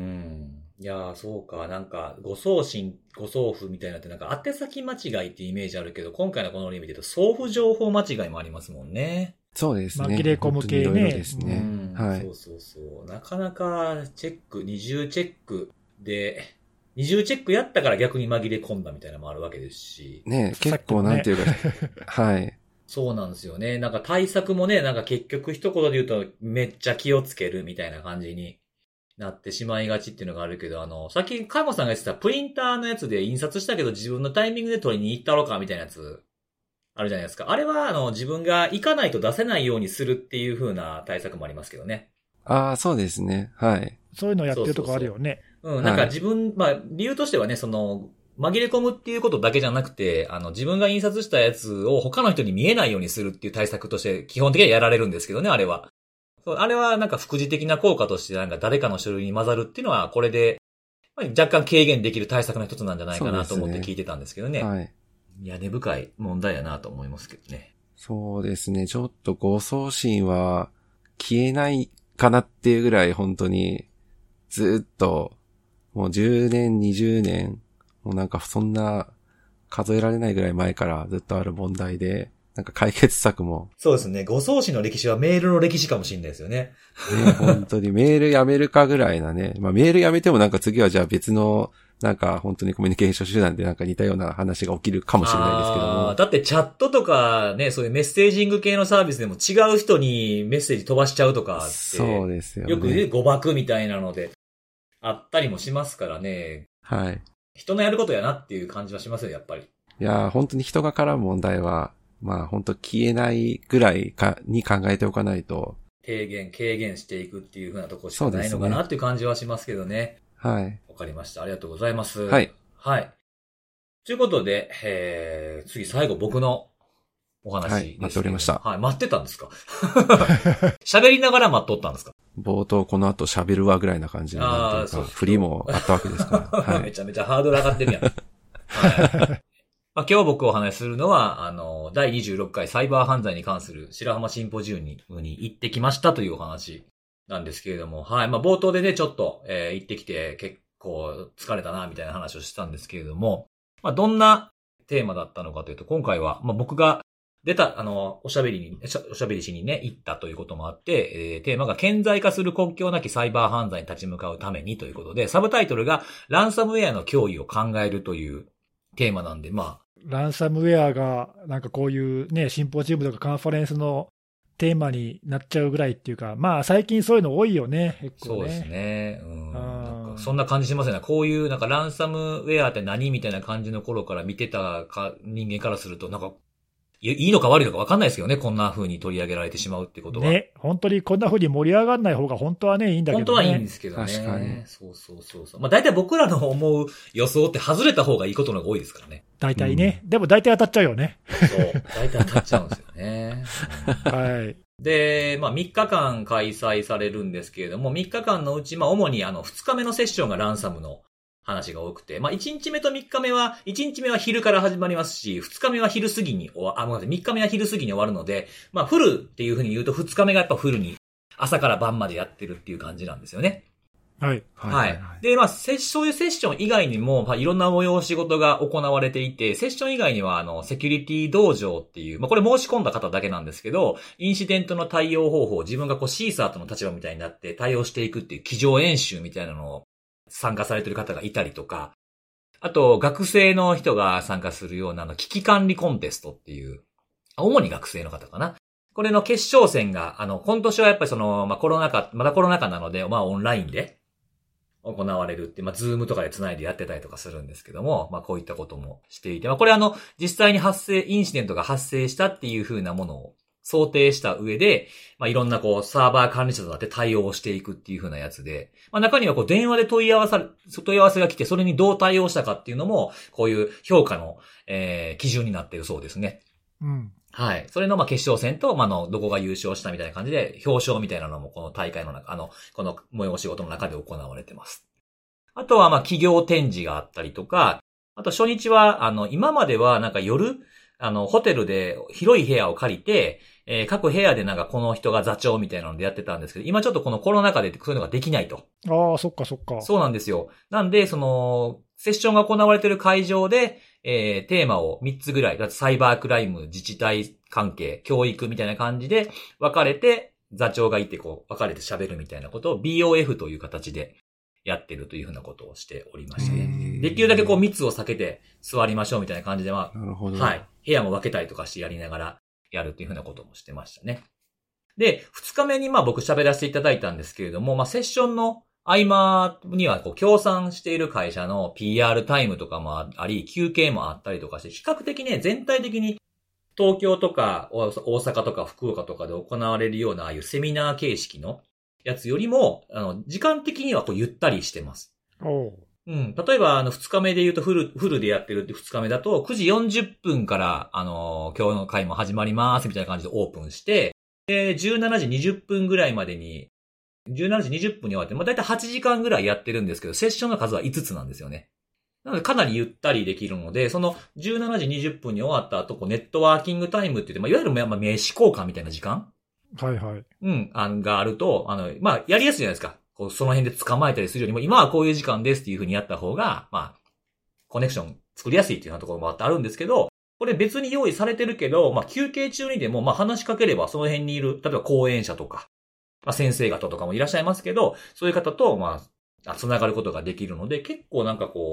いやー、そうか。なんか、誤送信、誤送付みたいなって、なんか、宛先間違いっていうイメージあるけど、今回のこの例見てると、送付情報間違いもありますもんね。 そうですね。 紛れ込む系ね。 本当にいろいろですね。 うん、 はい。 そうそうそう。なかなか、チェック、二重チェックで、二重チェックやったから逆に紛れ込んだみたいなのもあるわけですし。 ね結構なんていうか、ね、はい。 そうなんですよね。なんか対策もね、なんか結局一言で言うとめっちゃ気をつけるみたいな感じになってしまいがちっていうのがあるけど、あの、さっきカモさんが言ってたプリンターのやつで印刷したけど自分のタイミングで取りに行ったろかみたいなやつあるじゃないですか。あれはあの自分が行かないと出せないようにするっていう風な対策もありますけどね。 ああ、そうですね。はい。 そういうのやってるとこあるよね。 そうそうそう、うん、なんか自分、はい、まあ理由としてはね、その、紛れ込むっていうことだけじゃなくて、あの、自分が印刷したやつを他の人に見えないようにするっていう対策として基本的にはやられるんですけどね、あれは。そう、あれはなんか副次的な効果としてなんか誰かの書類に混ざるっていうのは、これで、まあ、若干軽減できる対策の一つなんじゃないかなと思って聞いてたんですけどね。はい。いや、根深い問題やなと思いますけどね。 そうですね。ちょっと誤送信は消えないかなっていうぐらい本当にずっともうじゅうねん、にじゅうねん、もうなんかそんな数えられないぐらい前からずっとある問題で、なんか解決策も。 そうですね。誤送信の歴史はメールの歴史かもしれないですよね。 ね、本当にメールやめるかぐらいなね。まあメールやめてもなんか次はじゃあ別のなんか本当にコミュニケーション手段でなんか似たような話が起きるかもしれないですけども。 だってチャットとかね、そういうメッセージング系のサービスでも違う人にメッセージ飛ばしちゃうとかって。 そうですよね。 よくね、誤爆みたいなのであったりもしますからね。 はい。 人のやることやなっていう感じはしますよ、やっぱり。 いや、本当に人が絡む問題は、まあ本当消えないぐらいかに考えておかないと。 低減、軽減していくっていう風なところしかないのかなっていう感じはしますけどね。 はい。 わかりました。ありがとうございます。 はい。 はい。ということで、えー、次最後僕のお話です、はい。 待っておりました。 はい。待ってたんですか喋りながら待っとったんですか冒頭この後喋るわぐらいな感じで。ああ、そう。振りもあったわけですから。 はい。めちゃめちゃハードル上がってるやん。はいまあ、今日僕お話しするのは、あの、だいにじゅうろっかいサイバー犯罪に関する白浜シンポジウムに行ってきましたというお話なんですけれども、はい。まあ、冒頭でね、ちょっと、えー、行ってきて結構疲れたな、みたいな話をしてたんですけれども、まあ、どんなテーマだったのかというと、今回は、まあ、僕が出た、あの、おしゃべりに、おしゃべりしにね、行ったということもあって、えー、テーマが顕在化する国境なきサイバー犯罪に立ち向かうためにということで、サブタイトルがランサムウェアの脅威を考えるというテーマなんで、まあ、 ランサムウェアが、なんかこういうね、シンポジウムとかカンファレンスのテーマになっちゃうぐらいっていうか、まあ最近そういうの多いよね、結構ね。 そうですね。うん。なんかそんな感じしますよね。こういうなんかランサムウェアって何みたいな感じの頃から見てたか人間からすると、なんか、いいのか悪いのか分かんないですよね。こんな風に取り上げられてしまうってことは。 ね、本当にこんな風に盛り上がらない方が本当はね、いいんだけどね。 本当はいいんですけどね。 確かに。 そうそうそうそう。まあ大体僕らの思う予想って外れた方がいいことの方が多いですからね。 大体ね。うん、でも大体当たっちゃうよね。 そう。大体当たっちゃうんですよね。 うん、はい。 で、まあみっかかん開催されるんですけれども、みっかかんのうち、まあ主にあのふつかめのセッションがランサムの話が多くて、まあいちにちめとみっかめは、いちにちめは昼から始まりますし、ふつかめは昼過ぎに終わ、あ、ごめんなさい、みっかめは昼過ぎに終わるので、まあフルっていう風に言うとふつかめがやっぱフルに朝から晩までやってるっていう感じなんですよね。 はい。 はい。はいはい、で、まあ、そういうセッション以外にも、まあ、いろんな催し事が行われていて、セッション以外には、あの、セキュリティ道場っていう、まあ、これ申し込んだ方だけなんですけど、インシデントの対応方法を自分がこう、シーサーとの立場みたいになって対応していくっていう机上演習みたいなのを参加されてる方がいたりとか、あと、学生の人が参加するような、あの、危機管理コンテストっていう、主に学生の方かな。これの決勝戦が、あの、今年はやっぱりその、まあ、コロナ禍、まだコロナ禍なので、まあ、オンラインで、行われるって、まあ、ズームとかで繋いでやってたりとかするんですけども、まあ、こういったこともしていて、まあ、これあの、実際に発生、インシデントが発生したっていう風なものを想定した上で、まあ、いろんなこう、サーバー管理者となって対応をしていくっていう風なやつで、まあ、中にはこう、電話で問い合わせ、問い合わせが来て、それにどう対応したかっていうのも、こういう評価の、えー、基準になっているそうですね。 うん。 はい。それの、ま、決勝戦と、まあ、の、どこが優勝したみたいな感じで、表彰みたいなのも、この大会の中、あの、この催し事の中で行われてます。あとは、ま、企業展示があったりとか、あと初日は、あの、今までは、なんか夜、あの、ホテルで広い部屋を借りて、えー、各部屋でなんかこの人が座長みたいなのでやってたんですけど、今ちょっとこのコロナ禍でそういうのができないと。 ああ、そっかそっか。 そうなんですよ。なんで、その、セッションが行われている会場で、えー、テーマをみっつぐらい、だってサイバークライム、自治体関係、教育みたいな感じで分かれて、座長がいてこう、分かれて喋るみたいなことを ビーオーエフ という形でやってるというふうなことをしておりましたね。できるだけこう密を避けて座りましょうみたいな感じで、まあ、 なるほど。 はい。部屋も分けたりとかしてやりながらやるというふうなこともしてましたね。で、二日目にまあ僕喋らせていただいたんですけれども、まあセッションの合間にはこう協賛している会社の ピーアール タイムとかもあり、休憩もあったりとかして、比較的ね、全体的に東京とか大阪とか福岡とかで行われるようなああいうセミナー形式のやつよりも、あの、時間的にはこうゆったりしてます。 おう。 うん。例えば、あの、二日目で言うとフル、フルでやってるって二日目だと、くじよんじゅっぷんから、あの、今日の回も始まりますみたいな感じでオープンして、で、じゅうしちじにじゅっぷんぐらいまでに、じゅうしちじにじゅっぷんに終わって、まあ、だいたいはちじかんぐらいやってるんですけど、セッションの数はいつつなんですよね。なので、かなりゆったりできるので、そのじゅうしちじにじゅっぷんに終わった後、こうネットワーキングタイムって言って、まあ、いわゆるまあ名刺交換みたいな時間はいはい。 うん、あんがあると、あの、まあ、やりやすいじゃないですか。こう、その辺で捕まえたりするよりも、今はこういう時間ですっていう風にやった方が、まあ、コネクション作りやすいっていうようなところもあってあるんですけど、これ別に用意されてるけど、まあ、休憩中にでも、まあ、話しかければその辺にいる、例えば講演者とか、まあ、先生方とかもいらっしゃいますけど、そういう方と、まあ、つながることができるので、結構なんかこう、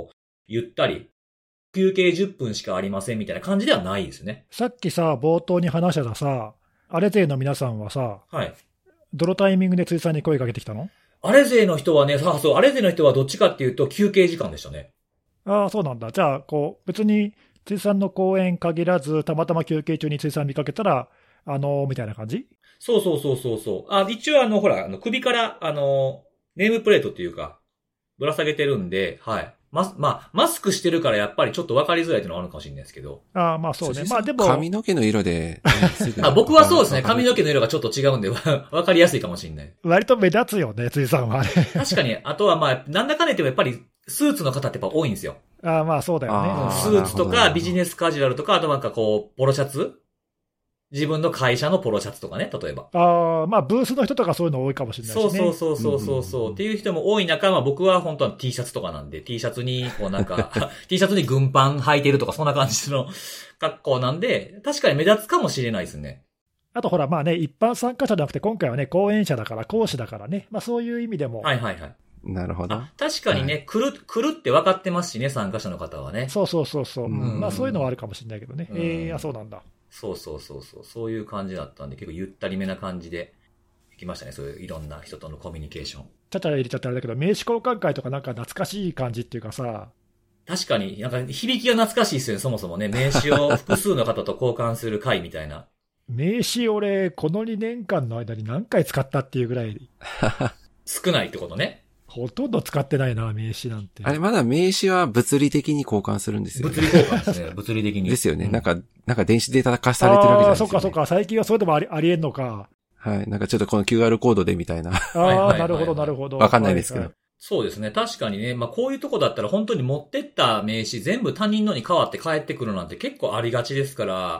ゆったり、休憩じゅっぷんしかありませんみたいな感じではないですね。 さっきさ、冒頭に話してたさ、アレ勢の皆さんはさ、 はい。 どのタイミングで辻さんに声かけてきたの？ アレ勢の人はね、さそう、アレ勢の人はどっちかっていうと休憩時間でしたね。 ああ、そうなんだ。じゃあ、こう、別に辻さんの公演限らず、たまたま休憩中に辻さん見かけたら、あのー、みたいな感じ？ そうそうそうそうそう。あ、一応あの、ほら、あの、首から、あの、ネームプレートっていうか、ぶら下げてるんで、はい。マス、まあ、マスクしてるからやっぱりちょっと分かりづらいっていうのはあるかもしれないですけど。 ああ、まあそうね。まあでも。 髪の毛の色で、ね、すぐあ、僕はそうですね。髪の毛の色がちょっと違うんで、分かりやすいかもしれない。 割と目立つよね、辻さんはね。 確かに、あとはまあ、なんだかんだ言ってもやっぱり、スーツの方ってやっぱ多いんですよ。 ああ、まあそうだよね。 スーツとかビジネスカジュアルとか、あとなんかこう、ポロシャツ自分の会社のポロシャツとかね、例えば。 ああ、まあブースの人とかそういうの多いかもしれないですね。 そうそうそうそうそう、うん、っていう人も多い中、まあ僕は本当は T シャツとかなんで、T シャツにこうなんか、T シャツに軍パン履いてるとかそんな感じの格好なんで、確かに目立つかもしれないですね。 あとほらまあね、一般参加者じゃなくて今回はね、講演者だから講師だからね、まあそういう意味でも。 はいはいはい。 なるほど。 確かにね、はい、来る、来るって分かってますしね、参加者の方はね。 そうそうそうそう。うん、まあそういうのはあるかもしれないけどね。 うん、 ええー、あ、そうなんだ。 そうそうそうそう。そういう感じだったんで、結構ゆったりめな感じで行きましたね。そういういろんな人とのコミュニケーション。 ちゃちゃ入れちゃったあれだけど、名刺交換会とかなんか懐かしい感じっていうかさ。 確かに、なんか響きが懐かしいですよね、そもそもね。名刺を複数の方と交換する会みたいな。 名刺俺、このにねんかんの間に何回使ったっていうぐらい。 少ないってことね。 ほとんど使ってないな、名刺なんて。 あれ、まだ名刺は物理的に交換するんですよね。 物理交換ですね、物理的に。 ですよね、うん。なんか、なんか電子データ化されてるわけじゃないですか、ね。ああ、 そっかそっか。最近はそれでもあり、ありえんのか。 はい。なんかちょっとこの キューアール コードでみたいな。 ああ、なるほど、なるほど。 わかんないですけど。 はいはい、 そうですね。確かにね。まあ、こういうとこだったら本当に持ってった名刺全部他人のに変わって帰ってくるなんて結構ありがちですから、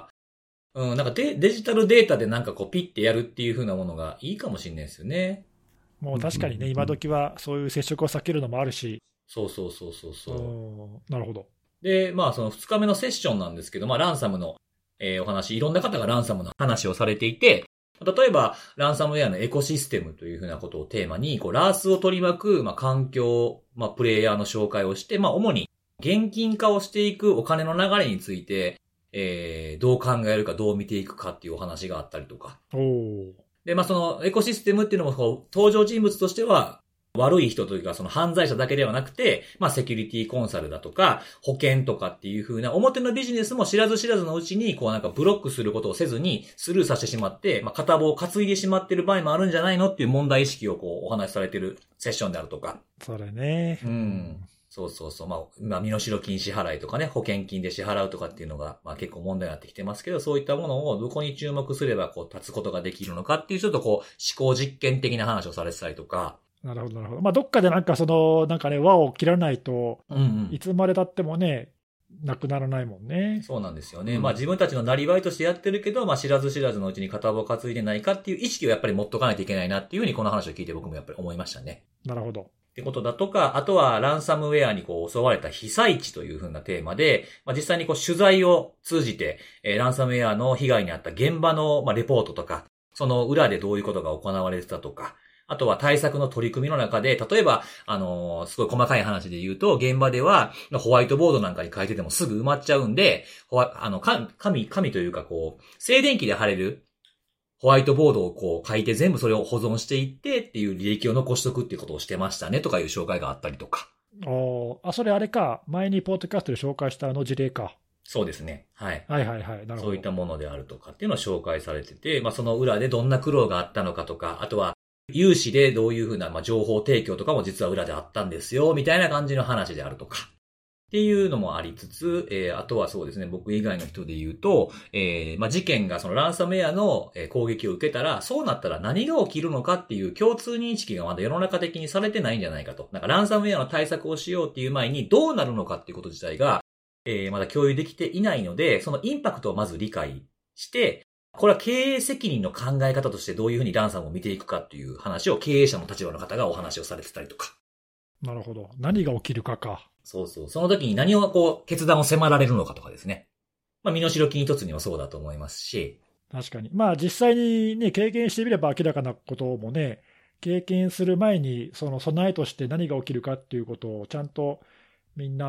うん、なんかデ、デジタルデータでなんかこうピッてやるっていう風なものがいいかもしれないですよね。 もう確かにね、今時はそういう接触を避けるのもあるし。 そうそうそうそうそう。なるほど。 で、まあそのふつかめのセッションなんですけど、まあランサムの、えー、お話、いろんな方がランサムの話をされていて、例えばランサムウェアのエコシステムというふうなことをテーマに、こうラースを取り巻く、まあ環境、まあプレイヤーの紹介をして、まあ主に現金化をしていくお金の流れについて、えー、どう考えるかどう見ていくかっていうお話があったりとか。 おー。 で、まあ、そのエコシステムっていうのもこう登場人物としては悪い人というかその犯罪者だけではなくて、まあ、セキュリティコンサルだとか保険とかっていう風な表のビジネスも知らず知らずのうちにこうなんかブロックすることをせずにスルーさせてしまって、まあ、片棒を担いでしまっている場合もあるんじゃないのっていう問題意識をこうお話しされているセッションであるとか。 それね。 うん。そうそうそう。まあ、まあ、身代金支払いとかね、保険金で支払うとかっていうのが、まあ結構問題になってきてますけど、そういったものをどこに注目すればこう立つことができるのかっていうちょっとこう思考実験的な話をされてたりとか。 なるほど、なるほど。まあどっかでなんかその、なんかね、輪を切らないと、 うんうん、 いつまで経ってもね、なくならないもんね。 そうなんですよね。 うん、 まあ自分たちのなりわいとしてやってるけど、まあ知らず知らずのうちに片棒を担いでないかっていう意識をやっぱり持っとかないといけないなっていうふうにこの話を聞いて僕もやっぱり思いましたね。 なるほど。 ってことだとか、あとはランサムウェアにこう襲われた被災地という風なテーマで、まあ、実際にこう取材を通じて、えー、ランサムウェアの被害に遭った現場のまあレポートとか、その裏でどういうことが行われてたとか、あとは対策の取り組みの中で、例えば、あのー、すごい細かい話で言うと、現場ではホワイトボードなんかに書いててもすぐ埋まっちゃうんで、ほわあの、紙、紙というかこう、静電気で貼れる、ホワイトボードをこう書いて全部それを保存していってっていう履歴を残しとくっていうことをしてましたねとかいう紹介があったりとか。 あ、それあれか。前にポッドキャストで紹介したあの事例か。 そうですね。はい。 はいはいはい。なるほど。 そういったものであるとかっていうのを紹介されてて、まあその裏でどんな苦労があったのかとか、あとは有志でどういうふうなまあ情報提供とかも実は裏であったんですよ、みたいな感じの話であるとか。っていうのもありつつ、えー、あとはそうですね、僕以外の人で言うと、えー、まあ、事件がそのランサムウェアの攻撃を受けたら、そうなったら何が起きるのかっていう共通認識がまだ世の中的にされてないんじゃないかと。なんかランサムウェアの対策をしようっていう前にどうなるのかっていうこと自体が、えー、まだ共有できていないので、そのインパクトをまず理解して、これは経営責任の考え方としてどういうふうにランサムを見ていくかっていう話を経営者の立場の方がお話をされてたりとか。 なるほど。何が起きるかか。 そうそう。その時に何をこう、決断を迫られるのかとかですね。まあ、身代金一つにはそうだと思いますし。 確かに。まあ、実際にね、経験してみれば明らかなこともね、経験する前に、その備えとして何が起きるかっていうことをちゃんとみんな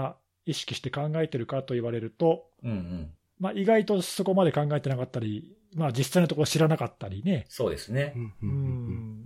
意識して考えてるかと言われると、 うんうん。 まあ、意外とそこまで考えてなかったり、まあ、実際のところ知らなかったりね。 そうですね。 うん、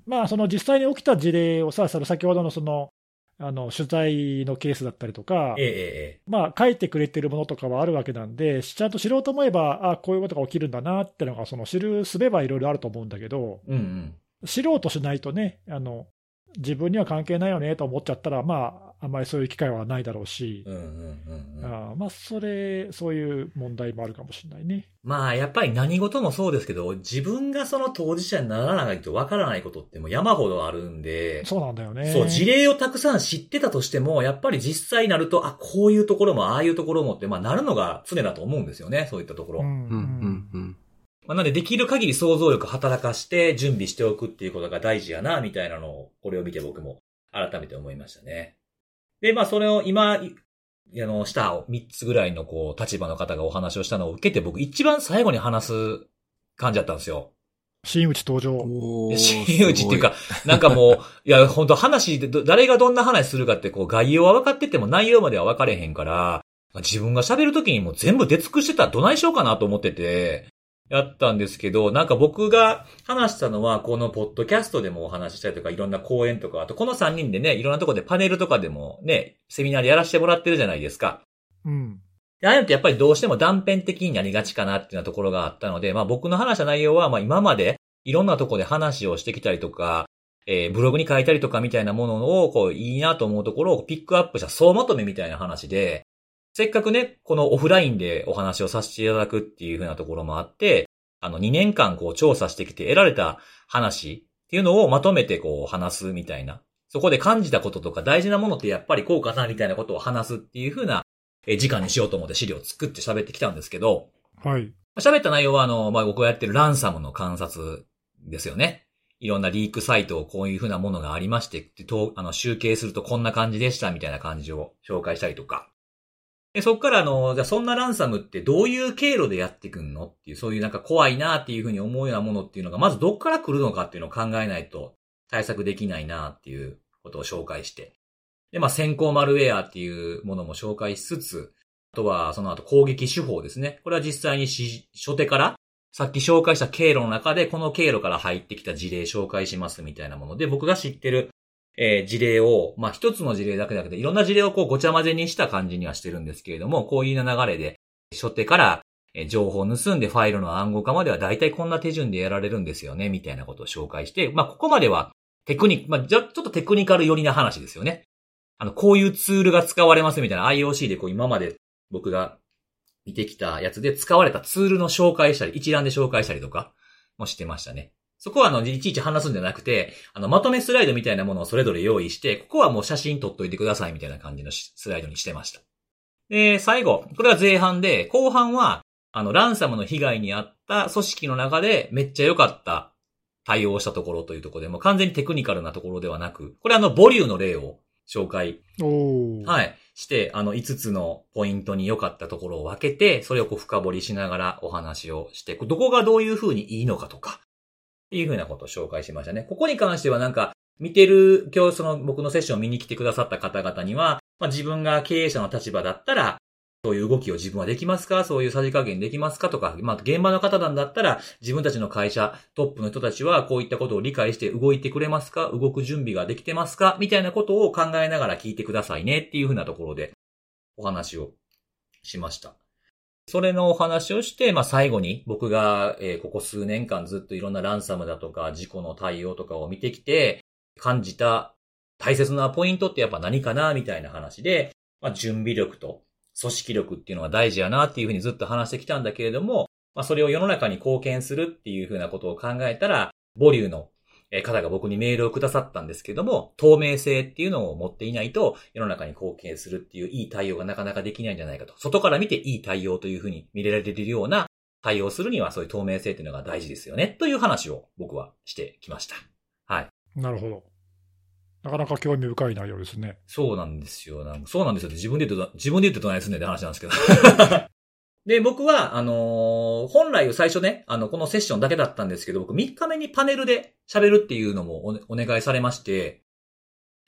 まあ、その実際に起きた事例をさ、その先ほどのその、あの取材のケースだったりとか、 ええええ、 まあ、書いてくれてるものとかはあるわけなんで、ちゃんと知ろうと思えば、あこういうことが起きるんだなっていうのが、その知るすべはいろいろあると思うんだけど、 うんうん、 知ろうとしないとね、あの自分には関係ないよねと思っちゃったら、まあ、あんまりそういう機会はないだろうし、 うんうんうんうん、 あまあ、それ、そういう問題もあるかもしれないね。 まあ、やっぱり何事もそうですけど、自分がその当事者にならないとわからないことってもう山ほどあるんで、 そうなんだよね。 そう、事例をたくさん知ってたとしても、やっぱり実際になると、あ、こういうところも、ああいうところもって、まあ、なるのが常だと思うんですよね、そういったところ。 うんうんうんうんまあ、なので、できる限り想像力働かして準備しておくっていうことが大事やな、みたいなのを、これを見て僕も改めて思いましたね。で、まあ、それを今、あの、下みっつぐらいのこう、立場の方がお話をしたのを受けて、僕一番最後に話す感じだったんですよ。 真打ち登場。 真打ちっていうか、なんかもう、いや、本当話で、誰がどんな話するかって、こう、概要は分かってても内容までは分かれへんから、自分が喋るときにもう全部出尽くしてたらどないしようかなと思ってて、やったんですけど、なんか僕が話したのは、このポッドキャストでもお話ししたりとか、いろんな講演とか、あとこのさんにんでね、いろんなところでパネルとかでもね、セミナーでやらせてもらってるじゃないですか。 うん。 ああいうのってやっぱりどうしても断片的になりがちかなっていうようなところがあったので、まあ僕の話した内容は、まあ今までいろんなところで話をしてきたりとか、えー、ブログに書いたりとかみたいなものを、こう、いいなと思うところをピックアップした総まとめみたいな話で、せっかくね、このオフラインでお話をさせていただくっていう風なところもあって、あの、にねんかんこう調査してきて得られた話っていうのをまとめてこう話すみたいな。そこで感じたこととか大事なものってやっぱりこうかなみたいなことを話すっていう風な時間にしようと思って資料を作って喋ってきたんですけど、 はい。 喋った内容はあの、まあ、僕がやってるランサムの観察ですよね。いろんなリークサイトをこういう風なものがありまして、とあの集計するとこんな感じでしたみたいな感じを紹介したりとか。でそこからあの、じゃあそんなランサムってどういう経路でやってくんのっていう、そういうなんか怖いなっていう風に思うようなものっていうのが、まずどっから来るのかっていうのを考えないと対策できないなっていうことを紹介して。で、まあ、先行マルウェアっていうものも紹介しつつ、あとはその後攻撃手法ですね。これは実際にし初手から、さっき紹介した経路の中でこの経路から入ってきた事例紹介しますみたいなもので、僕が知ってるえー、事例を、まあ、一つの事例だけだけで、いろんな事例をこうごちゃ混ぜにした感じにはしてるんですけれども、こういう流れで、初手から、えー、情報を盗んでファイルの暗号化までは大体こんな手順でやられるんですよね、みたいなことを紹介して、まあ、ここまではテクニック、まあ、じゃ、ちょっとテクニカル寄りな話ですよね。あの、こういうツールが使われますみたいな アイオーシー でこう今まで僕が見てきたやつで使われたツールの紹介したり、一覧で紹介したりとかもしてましたね。そこはあの、いちいち話すんじゃなくて、あの、まとめスライドみたいなものをそれぞれ用意して、ここはもう写真撮っといてくださいみたいな感じのスライドにしてました。で、最後、これは前半で、後半は、あの、ランサムの被害に遭った組織の中でめっちゃ良かった対応したところというところで、もう完全にテクニカルなところではなく、これあの、ボリューの例を紹介。 おはい。して、あの、いつつのポイントに良かったところを分けて、それをこう深掘りしながらお話をして、どこがどういう風にいいのかとか、っていう風なことを紹介しましたね。ここに関してはなんか、見てる、今日その僕のセッションを見に来てくださった方々には、まあ自分が経営者の立場だったら、そういう動きを自分はできますか？そういうさじ加減できますか？とか、まあ現場の方なんだったら、自分たちの会社、トップの人たちはこういったことを理解して動いてくれますか？動く準備ができてますか？みたいなことを考えながら聞いてくださいねっていう風なところでお話をしました。それのお話をして、まあ最後に僕が、えー、ここ数年間ずっといろんなランサムだとか事故の対応とかを見てきて感じた大切なポイントってやっぱ何かなみたいな話で、まあ準備力と組織力っていうのが大事やなっていうふうにずっと話してきたんだけれども、まあそれを世の中に貢献するっていうふうなことを考えたら、ボリューの方が僕にメールをくださったんですけども、透明性っていうのを持っていないと世の中に貢献するっていういい対応がなかなかできないんじゃないかと。外から見ていい対応というふうに見られるような対応するにはそういう透明性っていうのが大事ですよね。という話を僕はしてきました。はい。 なるほど。なかなか興味深い内容ですね。 そうなんですよ。なんかそうなんですよって自分で言うと、自分で言うとどないすんねんって話なんですけど。で、僕は、あのー、本来最初ね、あの、このセッションだけだったんですけど、僕みっかめにパネルで喋るっていうのも お, お願いされまして、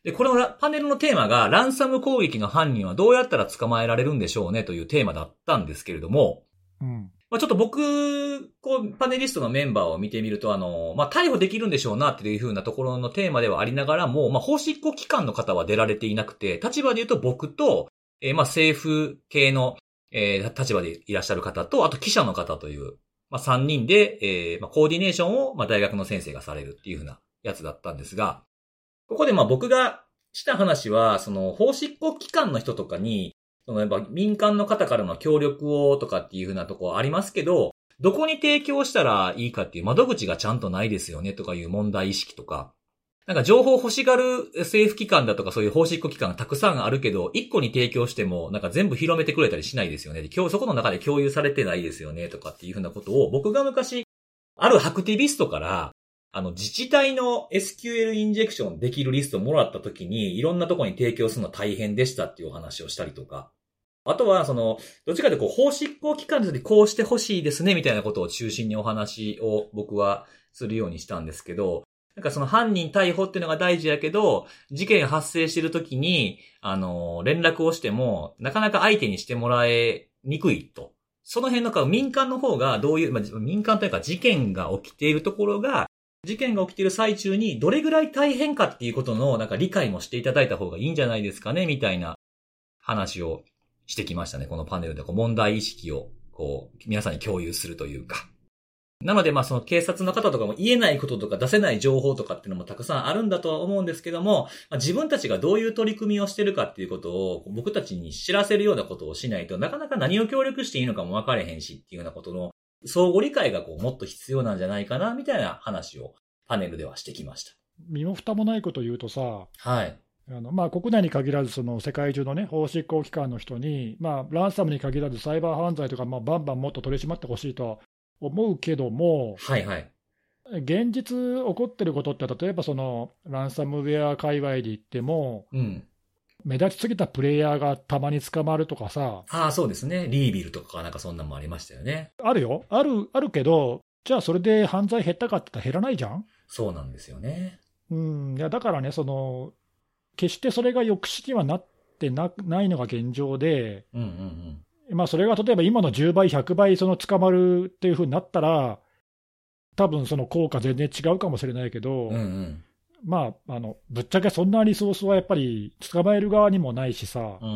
で、このパネルのテーマが、ランサム攻撃の犯人はどうやったら捕まえられるんでしょうねというテーマだったんですけれども、 うん。 まあ、ちょっと僕、こう、パネリストのメンバーを見てみると、あの、まあ、逮捕できるんでしょうなっていう風なところのテーマではありながらも、まあ、法執行機関の方は出られていなくて、立場で言うと僕と、えー、まあ、政府系の、えー、立場でいらっしゃる方と、あと記者の方という、まあ、さんにんで、えー、まあ、コーディネーションを、まあ、大学の先生がされるっていう風なやつだったんですが、ここでまあ僕がした話は、その法執行機関の人とかに、そのやっぱ民間の方からの協力をとかっていう風なところありますけど、どこに提供したらいいかっていう窓口がちゃんとないですよねとかいう問題意識とか、なんか情報欲しがる政府機関だとかそういう法執行機関がたくさんあるけど、一個に提供してもなんか全部広めてくれたりしないですよね。今日そこの中で共有されてないですよねとかっていう風なことを僕が昔、あるハクティビストから、あの、自治体の エスキューエル インジェクションできるリストをもらった時に、いろんなところに提供するの大変でしたっていうお話をしたりとか。あとは、その、どっちかでこう、法執行機関でこうしてほしいですね、みたいなことを中心にお話を僕はするようにしたんですけど、なんかその犯人逮捕っていうのが大事やけど、事件発生してる時に、あの、連絡をしても、なかなか相手にしてもらえにくいと。その辺のか、民間の方がどういう、まあ、民間というか事件が起きているところが、事件が起きている最中にどれぐらい大変かっていうことのなんか理解もしていただいた方がいいんじゃないですかねみたいな話をしてきましたね。このパネルでこう問題意識をこう皆さんに共有するというか。なのでまあその警察の方とかも言えないこととか出せない情報とかっていうのもたくさんあるんだとは思うんですけども、まあ、自分たちがどういう取り組みをしてるかっていうことを僕たちに知らせるようなことをしないとなかなか何を協力していいのかも分かれへんしっていうようなことの相互理解がこうもっと必要なんじゃないかなみたいな話をパネルではしてきました。 身も蓋もないことを言うとさ、 はい。 あのまあ、国内に限らずその世界中の、ね、法執行機関の人に、まあ、ランサムに限らずサイバー犯罪とか、まあ、バンバンもっと取り締まってほしいとは思うけども、 はいはい。 現実起こってることって、例えばそのランサムウェア界隈で言っても、 うん。 目立ちすぎたプレイヤーがたまに捕まるとかさ、 ああ、そうですね。リービルとかなんかそんなのもありましたよね。 あるよ、ある、あるけど、じゃあそれで犯罪減ったかって言ったら減らないじゃん。 そうなんですよね。 うん、いやだからね、その決してそれが抑止にはなってな、ないのが現状で、 うんうんうん。 まあ、それが例えば今のじゅうばい、ひゃくばいその捕まるっていう風になったら、多分その効果全然違うかもしれないけど、 うんうん。 まあ、あのぶっちゃけそんなリソースはやっぱり捕まえる側にもないしさ、 うんうん。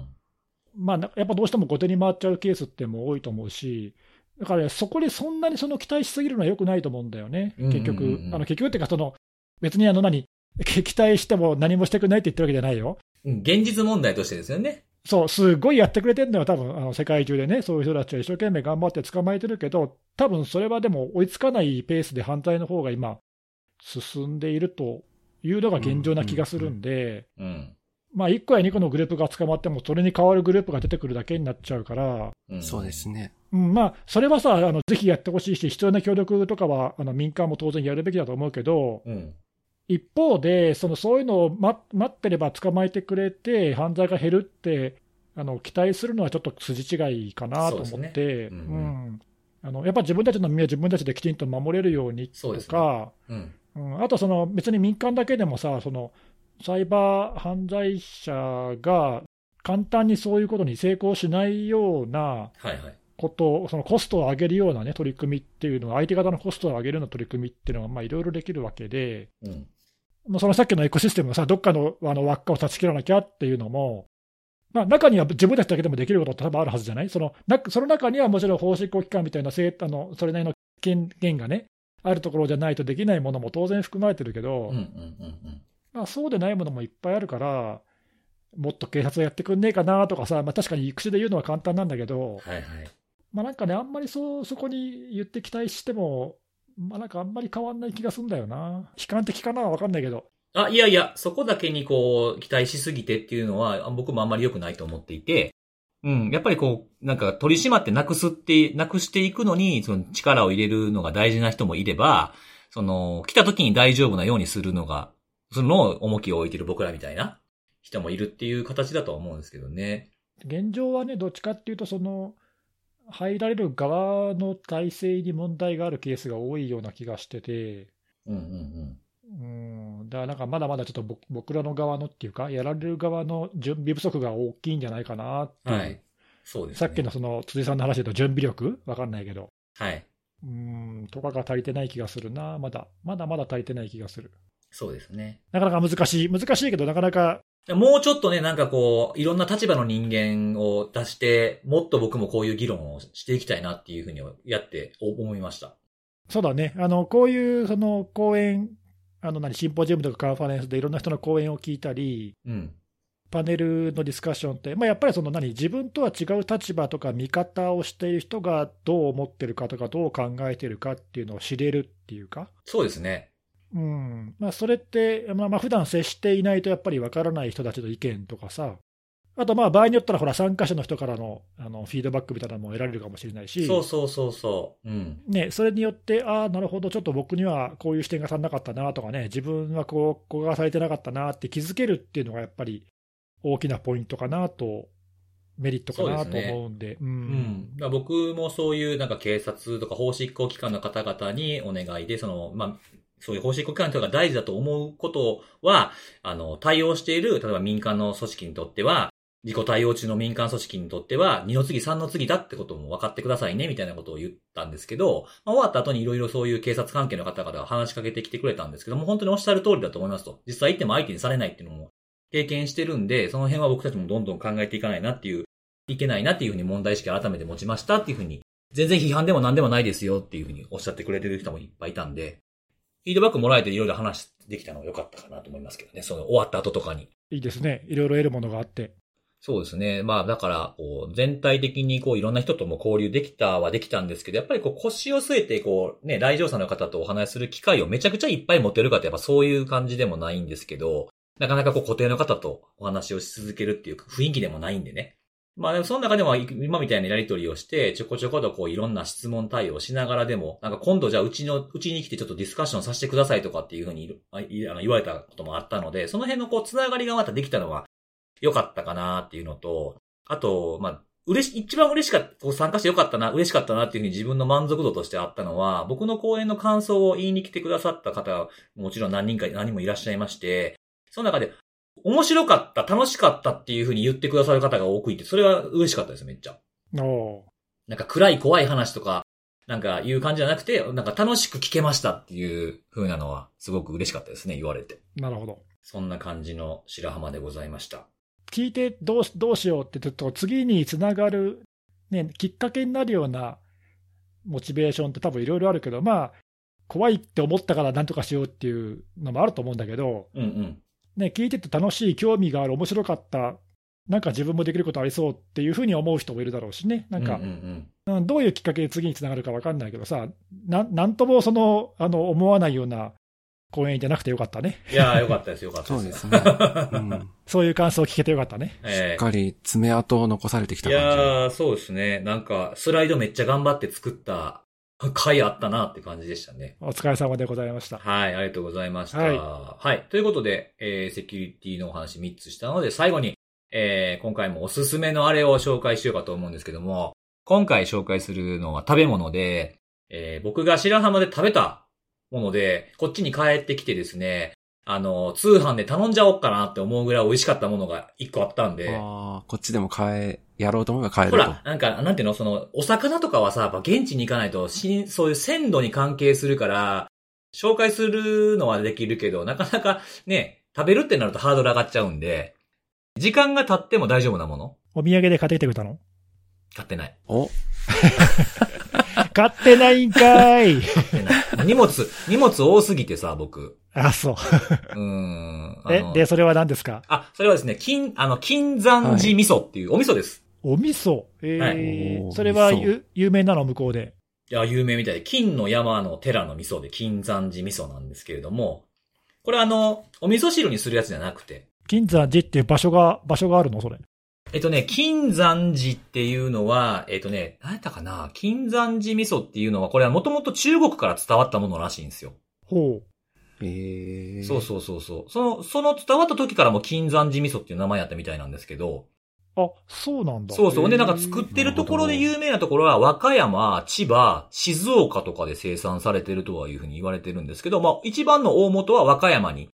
まあ、なやっぱどうしても後手に回っちゃうケースっても多いと思うし、だから、ね、そこでそんなにその期待しすぎるのは良くないと思うんだよね、結局。 うんうんうんうん、 あの結局っていうかその、別にあの何、期待しても何もしてくれないって言ってるわけじゃないよ。 うん、現実問題としてですよね。 そう、すごいやってくれてるのよ、多分あの世界中でね、そういう人たちは一生懸命頑張って捕まえてるけど、多分それはでも追いつかないペースで犯罪の方が今、進んでいるというのが現状な気がするんで、 うん。 まあ、いっこやにこのグループが捕まっても、それに代わるグループが出てくるだけになっちゃうから、 うん、 そうですね。 うんまあ、それはさ、あのぜひやってほしいし、必要な協力とかはあの民間も当然やるべきだと思うけど、 うん、 一方で、そのそういうのを待ってれば捕まえてくれて、犯罪が減るってあの期待するのはちょっと筋違いかなと思って、うん、あのやっぱり自分たちの身は自分たちできちんと守れるようにとか、ねうんうん、あとその別に民間だけでもさ、そのサイバー犯罪者が簡単にそういうことに成功しないようなこと、はいはい、そのコストを上げるような、ね、取り組みっていうのは、相手方のコストを上げるような取り組みっていうのはいろいろできるわけで、うん、そのさっきのエコシステムをさ、どっかのあの輪っかを断ち切らなきゃっていうのも、まあ、中には自分たちだけでもできることって多分あるはずじゃない。そのなその中にはもちろん法執行機関みたいなあのそれなりの権限がね、あるところじゃないとできないものも当然含まれてるけど、うんうんうんうんまあ、そうでないものもいっぱいあるから、もっと警察がやってくんねえかなとかさ、まあ、確かに口で言うのは簡単なんだけど、はいはいまあ、なんかね、あんまり そ, そこに言って期待しても、まあ、なんかあんまり変わんない気がするんだよな。悲観的かな、分かんないけど。 あ、いやいや、そこだけにこう、期待しすぎてっていうのは、僕もあんまり良くないと思っていて、うん、やっぱりこう、なんか取り締まってなくすって、なくしていくのに、その力を入れるのが大事な人もいれば、その、来た時に大丈夫なようにするのが、その重きを置いてる僕らみたいな人もいるっていう形だとは思うんですけどね。 現状はね、どっちかっていうと、その、入られる側の体制に問題があるケースが多いような気がしてて、うんうんうん、 だからなんかまだまだちょっと僕らの側のっていうか、やられる側の準備不足が大きいんじゃないかなっていう。はい。 そうですね。 さっきのその辻さんの話で言うと準備力わかんないけど。 はい。 うーん、とかが足りてない気がするな。まだ、まだまだ足りてない気がする。 そうですね。 なかなか難しい。難しいけどなかなか。 もうちょっとね、なんかこう、いろんな立場の人間を出して、もっと僕もこういう議論をしていきたいなっていうふうにやって思いました。 そうだね。あの、こういうその講演、あの何、シンポジウムとかカンファレンスでいろんな人の講演を聞いたり、 うん、 パネルのディスカッションって、まあ、やっぱりその何、自分とは違う立場とか見方をしている人がどう思ってるかとか、どう考えてるかっていうのを知れるっていうか。 そうですね。 うんまあ、それって、まあ、まあ普段接していないとやっぱり分からない人たちの意見とかさ、あとまあ場合によったらほら参加者の人からのあのフィードバックみたいなのも得られるかもしれないし、 そうそうそうそう、うんね、それによって、ああ、なるほど、ちょっと僕にはこういう視点が足んなかったなとかね、自分はこう、ここがされてなかったなって気づけるっていうのがやっぱり大きなポイントかなと、メリットかなと思うんで、 うん、うん、僕もそういうなんか警察とか法執行機関の方々にお願いで、そのまあそういう法執行機関とか大事だと思うことは、あの、対応している、例えば民間の組織にとっては、自己対応中の民間組織にとっては、にの次さんの次だってことも分かってくださいね、みたいなことを言ったんですけど、まあ、終わった後にいろいろそういう警察関係の方々が話しかけてきてくれたんですけども、本当におっしゃる通りだと思いますと。実際言っても相手にされないっていうのも経験してるんで、その辺は僕たちもどんどん考えていかないなっていう、いけないなっていうふうに問題意識を改めて持ちましたっていうふうに、全然批判でも何でもないですよっていうふうにおっしゃってくれてる人もいっぱいいたんで、フィードバックもらえていろいろ話できたのは良かったかなと思いますけどね。その終わった後とかに。 いいですね。いろいろ得るものがあって。 そうですね。まあだから、こう、全体的にこういろんな人とも交流できたはできたんですけど、やっぱりこう腰を据えてこうね、来場者の方とお話しする機会をめちゃくちゃいっぱい持てるかってやっぱそういう感じでもないんですけど、なかなかこう固定の方とお話をし続けるっていう雰囲気でもないんでね。まあでもその中でも今みたいなやり取りをしてちょこちょことこういろんな質問対応しながらでもなんか今度じゃあうちのうちに来てちょっとディスカッションさせてくださいとかっていうふうに言われたこともあったので、その辺のこうつながりがまたできたのは良かったかなっていうのと、あとまあ嬉し一番嬉しかったこう参加して良かったな嬉しかったなっていうふうに自分の満足度としてあったのは、僕の講演の感想を言いに来てくださった方もちろん何人か何人もいらっしゃいまして、その中で面白かった、楽しかったっていう風に言ってくださる方が多くいて、それは嬉しかったです、めっちゃ。 おなんか暗い怖い話とか、なんかいう感じじゃなくて、なんか楽しく聞けましたっていう風なのは、すごく嬉しかったですね、言われて。 なるほど。 そんな感じの白浜でございました。 聞いてどう、どうしようってちょっと次につながる、ね、きっかけになるようなモチベーションって多分いろいろあるけど、まあ、怖いって思ったからなんとかしようっていうのもあると思うんだけど、 うんうん。 ね、聞いてて楽しい、興味がある、面白かった、なんか自分もできることありそうっていうふうに思う人もいるだろうしね、なんか、うんうんうん、どういうきっかけで次につながるか分かんないけどさ、ななんともそのあの思わないような講演じゃなくてよかったね。 いやー、よかったです、よかったです。 そうですね。うん、 そういう感想を聞けてよかったね。 えー、 しっかり爪痕を残されてきた感じ。 いやー、そうですね。なんか、スライドめっちゃ頑張って作った回あったなって感じでしたね。 お疲れ様でございました。 はい、ありがとうございました。 はい。 はい、ということで、えー、セキュリティのお話みっつしたので、最後に、えー、今回もおすすめのあれを紹介しようかと思うんですけども、今回紹介するのは食べ物で、えー、僕が白浜で食べたもので、こっちに帰ってきてですね、あの、通販で頼んじゃおうかなって思うぐらい美味しかったものが一個あったんで。 ああ、こっちでも買え、やろうと思えば買えると。 ほら、なんか、なんていうの、その、お魚とかはさ、やっぱ現地に行かないと、しそういう鮮度に関係するから、紹介するのはできるけど、なかなかね、食べるってなるとハードル上がっちゃうんで、時間が経っても大丈夫なもの？ お土産で買ってきてくれたの？ 買ってない。 お買ってないんかーい。 買ってない。荷物、荷物多すぎてさ、僕。 あ、そう。 うーん。 え、で、それは何ですか？ あ、それはですね、金、あの、金山寺味噌っていうお味噌です。 お味噌えー、 はい、 それはゆ有名なの向こうで。 いや、有名みたいで、金の山の寺の味噌で金山寺味噌なんですけれども、これあの、お味噌汁にするやつじゃなくて。 金山寺っていう場所が、場所があるのそれ。 えっとね、金山寺っていうのは、えっとね、何やったかな、金山寺味噌っていうのは、これはもともと中国から伝わったものらしいんですよ。 ほう。 へー。 そうそうそうそう。その、その伝わった時からも金山寺味噌っていう名前やったみたいなんですけど。 あ、そうなんだ。 そうそう。で、なんか作ってるところで有名なところは、和歌山、千葉、静岡とかで生産されてるとはいうふうに言われてるんですけど、まあ、一番の大元は和歌山に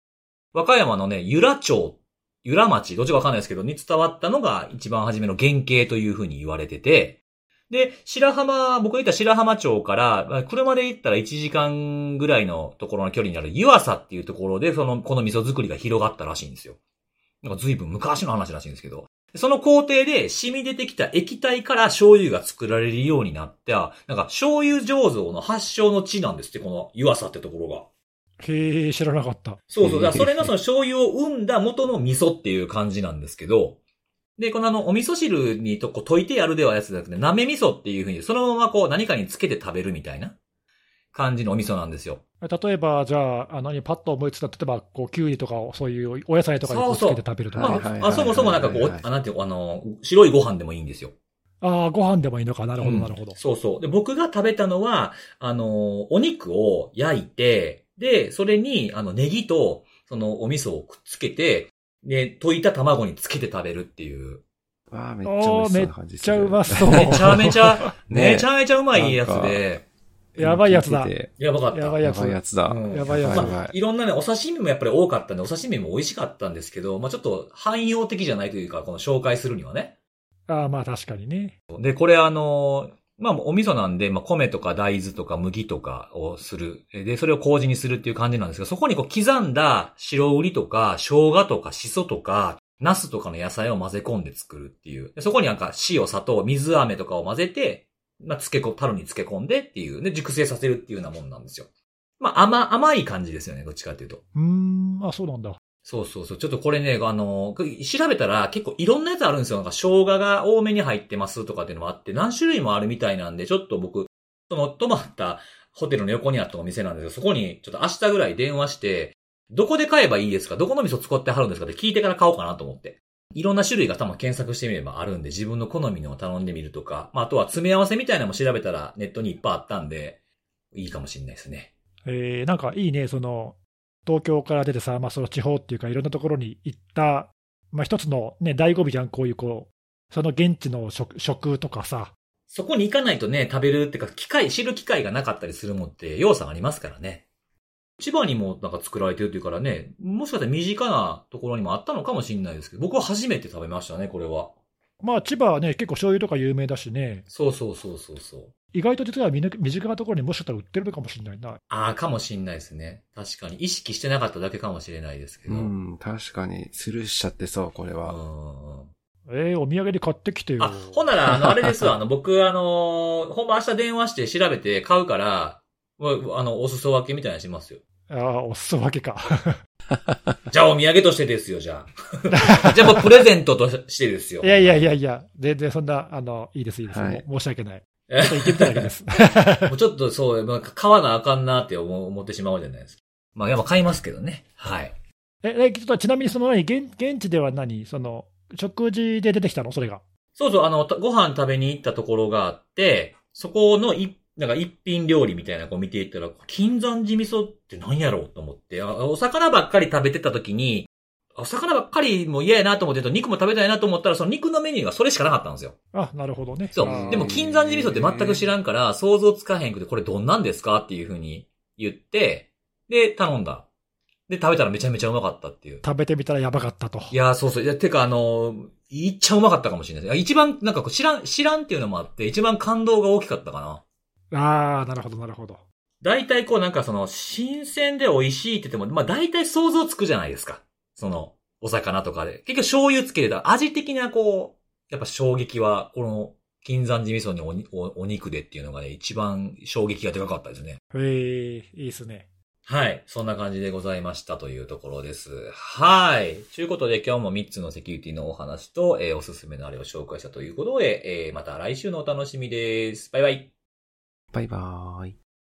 和歌山のね、由良町、由良町、どっちかわかんないですけど、に伝わったのが一番初めの原型というふうに言われてて、で、白浜、僕が行った白浜町から、車で行ったらいちじかんぐらいのところの距離にある湯浅っていうところで、その、この味噌作りが広がったらしいんですよ。なんか随分昔の話らしいんですけど。その工程で染み出てきた液体から醤油が作られるようになった、なんか醤油醸造の発祥の地なんですって、この湯浅ってところが。 へえ、知らなかった。 そうそう。だからそれのその醤油を生んだ元の味噌っていう感じなんですけど、で、このあの、お味噌汁にとこう溶いてやるではやつじゃなくて、なめ味噌っていう風に、そのままこう何かにつけて食べるみたいな感じのお味噌なんですよ。 例えば、じゃあ、あの、パッと思いついた、例えば、こう、きゅうりとかを、そういうお野菜とかにこうつけて食べるとか。 そうそう。まあ、そもそもなんかこう、あなんていう、あの、白いご飯でもいいんですよ。 ああ、ご飯でもいいのか。なるほど、なるほど、うん。 そうそう。で、僕が食べたのは、あの、お肉を焼いて、で、それに、あの、ネギと、その、お味噌をくっつけて、で、溶いた卵につけて食べるっていう。 わあ、めっちゃ美味しそうな感じですね。めっちゃうまそう。 めちゃめちゃ、めちゃめちゃうまいやつで。 やばいやつだ。 やばかった。 やばいやつ。 やばいやつだ。 うん、やばいやつだ。 まあ、いろんなね、お刺身もやっぱり多かったんで、お刺身も美味しかったんですけど、まあちょっと汎用的じゃないというか、この紹介するにはね。 ああ、まあ確かにね。 で、これあの、まあお味噌なんで、まあ米とか大豆とか麦とかをする。で、それを麹にするっていう感じなんですが、そこにこう刻んだ白瓜とか生姜とかシソとか、ナスとかの野菜を混ぜ込んで作るっていう。そこになんか塩、砂糖、水飴とかを混ぜて、まあ、つけこ、樽に漬け込んでっていう。で、熟成させるっていうようなもんなんですよ。まあ、甘、甘い感じですよね、どっちかっていうと。 うーん、あ、そうなんだ。 そうそうそう。ちょっとこれね、あの、調べたら結構いろんなやつあるんですよ。なんか生姜が多めに入ってますとかっていうのもあって、何種類もあるみたいなんで、ちょっと僕、その泊まったホテルの横にあったお店なんですけど、そこにちょっと明日ぐらい電話して、どこで買えばいいですか？どこの味噌使ってはるんですかって聞いてから買おうかなと思って。いろんな種類が多分検索してみればあるんで、自分の好みのを頼んでみるとか、まあ、あとは詰め合わせみたいなのも調べたらネットにいっぱいあったんで、いいかもしれないですね。 えー、なんかいいね、その、東京から出てさ、まあその地方っていうかいろんなところに行った、まあ一つのね、醍醐味じゃん、こういうこう、その現地の食、食とかさ。 そこに行かないとね、食べるっていうか、機会、知る機会がなかったりするもんって、要素ありますからね。千葉にもなんか作られてるっていうからね、もしかしたら身近なところにもあったのかもしれないですけど、僕は初めて食べましたね、これは。 まあ千葉はね、結構醤油とか有名だしね。 そうそうそうそうそう。 意外と実は身近なところにもしかしたら売ってるのかもしれないな。 ああ、かもしれないですね。確かに。意識してなかっただけかもしれないですけど。 うん、確かに。スルーしちゃってそう、これは。 うん。えー、お土産で買ってきてよ。 あ、ほんなら、あの、あれですわ。あの、僕、あの、ほんま明日電話して調べて買うから、あの、お裾分けみたいなのしますよ。 ああ、お裾分けか。 じゃあお土産としてですよ、じゃあ。じゃあもうプレゼントとしてですよ。 いやいやいやいや、全然そんな、あの、いいです、いいです。はい、申し訳ない。ちょっと行ってみただけです。 もうちょっとそう、まあ、買わなあかんなって思ってしまうじゃないですか。まあ、やっぱ買いますけどね。はい。 え、ちょっとちなみにその何、現、現地では何その、食事で出てきたのそれが。 そうそう、あの、ご飯食べに行ったところがあって、そこの一なんか一品料理みたいなのを見ていったら、金山寺味噌って何やろうと思って、お魚ばっかり食べてた時に、お魚ばっかりも嫌やなと思ってると肉も食べたいなと思ったら、その肉のメニューがそれしかなかったんですよ。 あ、なるほどね。 そう。でも金山寺味噌って全く知らんから、想像つかへんくて、これどんなんですかっていう風に言って、で、頼んだ。で、食べたらめちゃめちゃうまかったっていう。 食べてみたらやばかったと。 いや、そうそう。いや、てかあの、いっちゃうまかったかもしれないです。一番、なんかこう知らん、知らんっていうのもあって、一番感動が大きかったかな。 ああ、なるほど、なるほど。 大体こうなんかその、新鮮で美味しいって言っても、まあ大体想像つくじゃないですか。その、お魚とかで。結局醤油つけてたら味的なこう、やっぱ衝撃は、この、金山寺味噌に お, お, お肉でっていうのがね、一番衝撃がでかかったですね。 へえ、いいですね。 はい。そんな感じでございましたというところです。はい。ということで今日もみっつのセキュリティのお話と、えー、おすすめのあれを紹介したということで、えー、また来週のお楽しみです。バイバイ。 バイバーイ。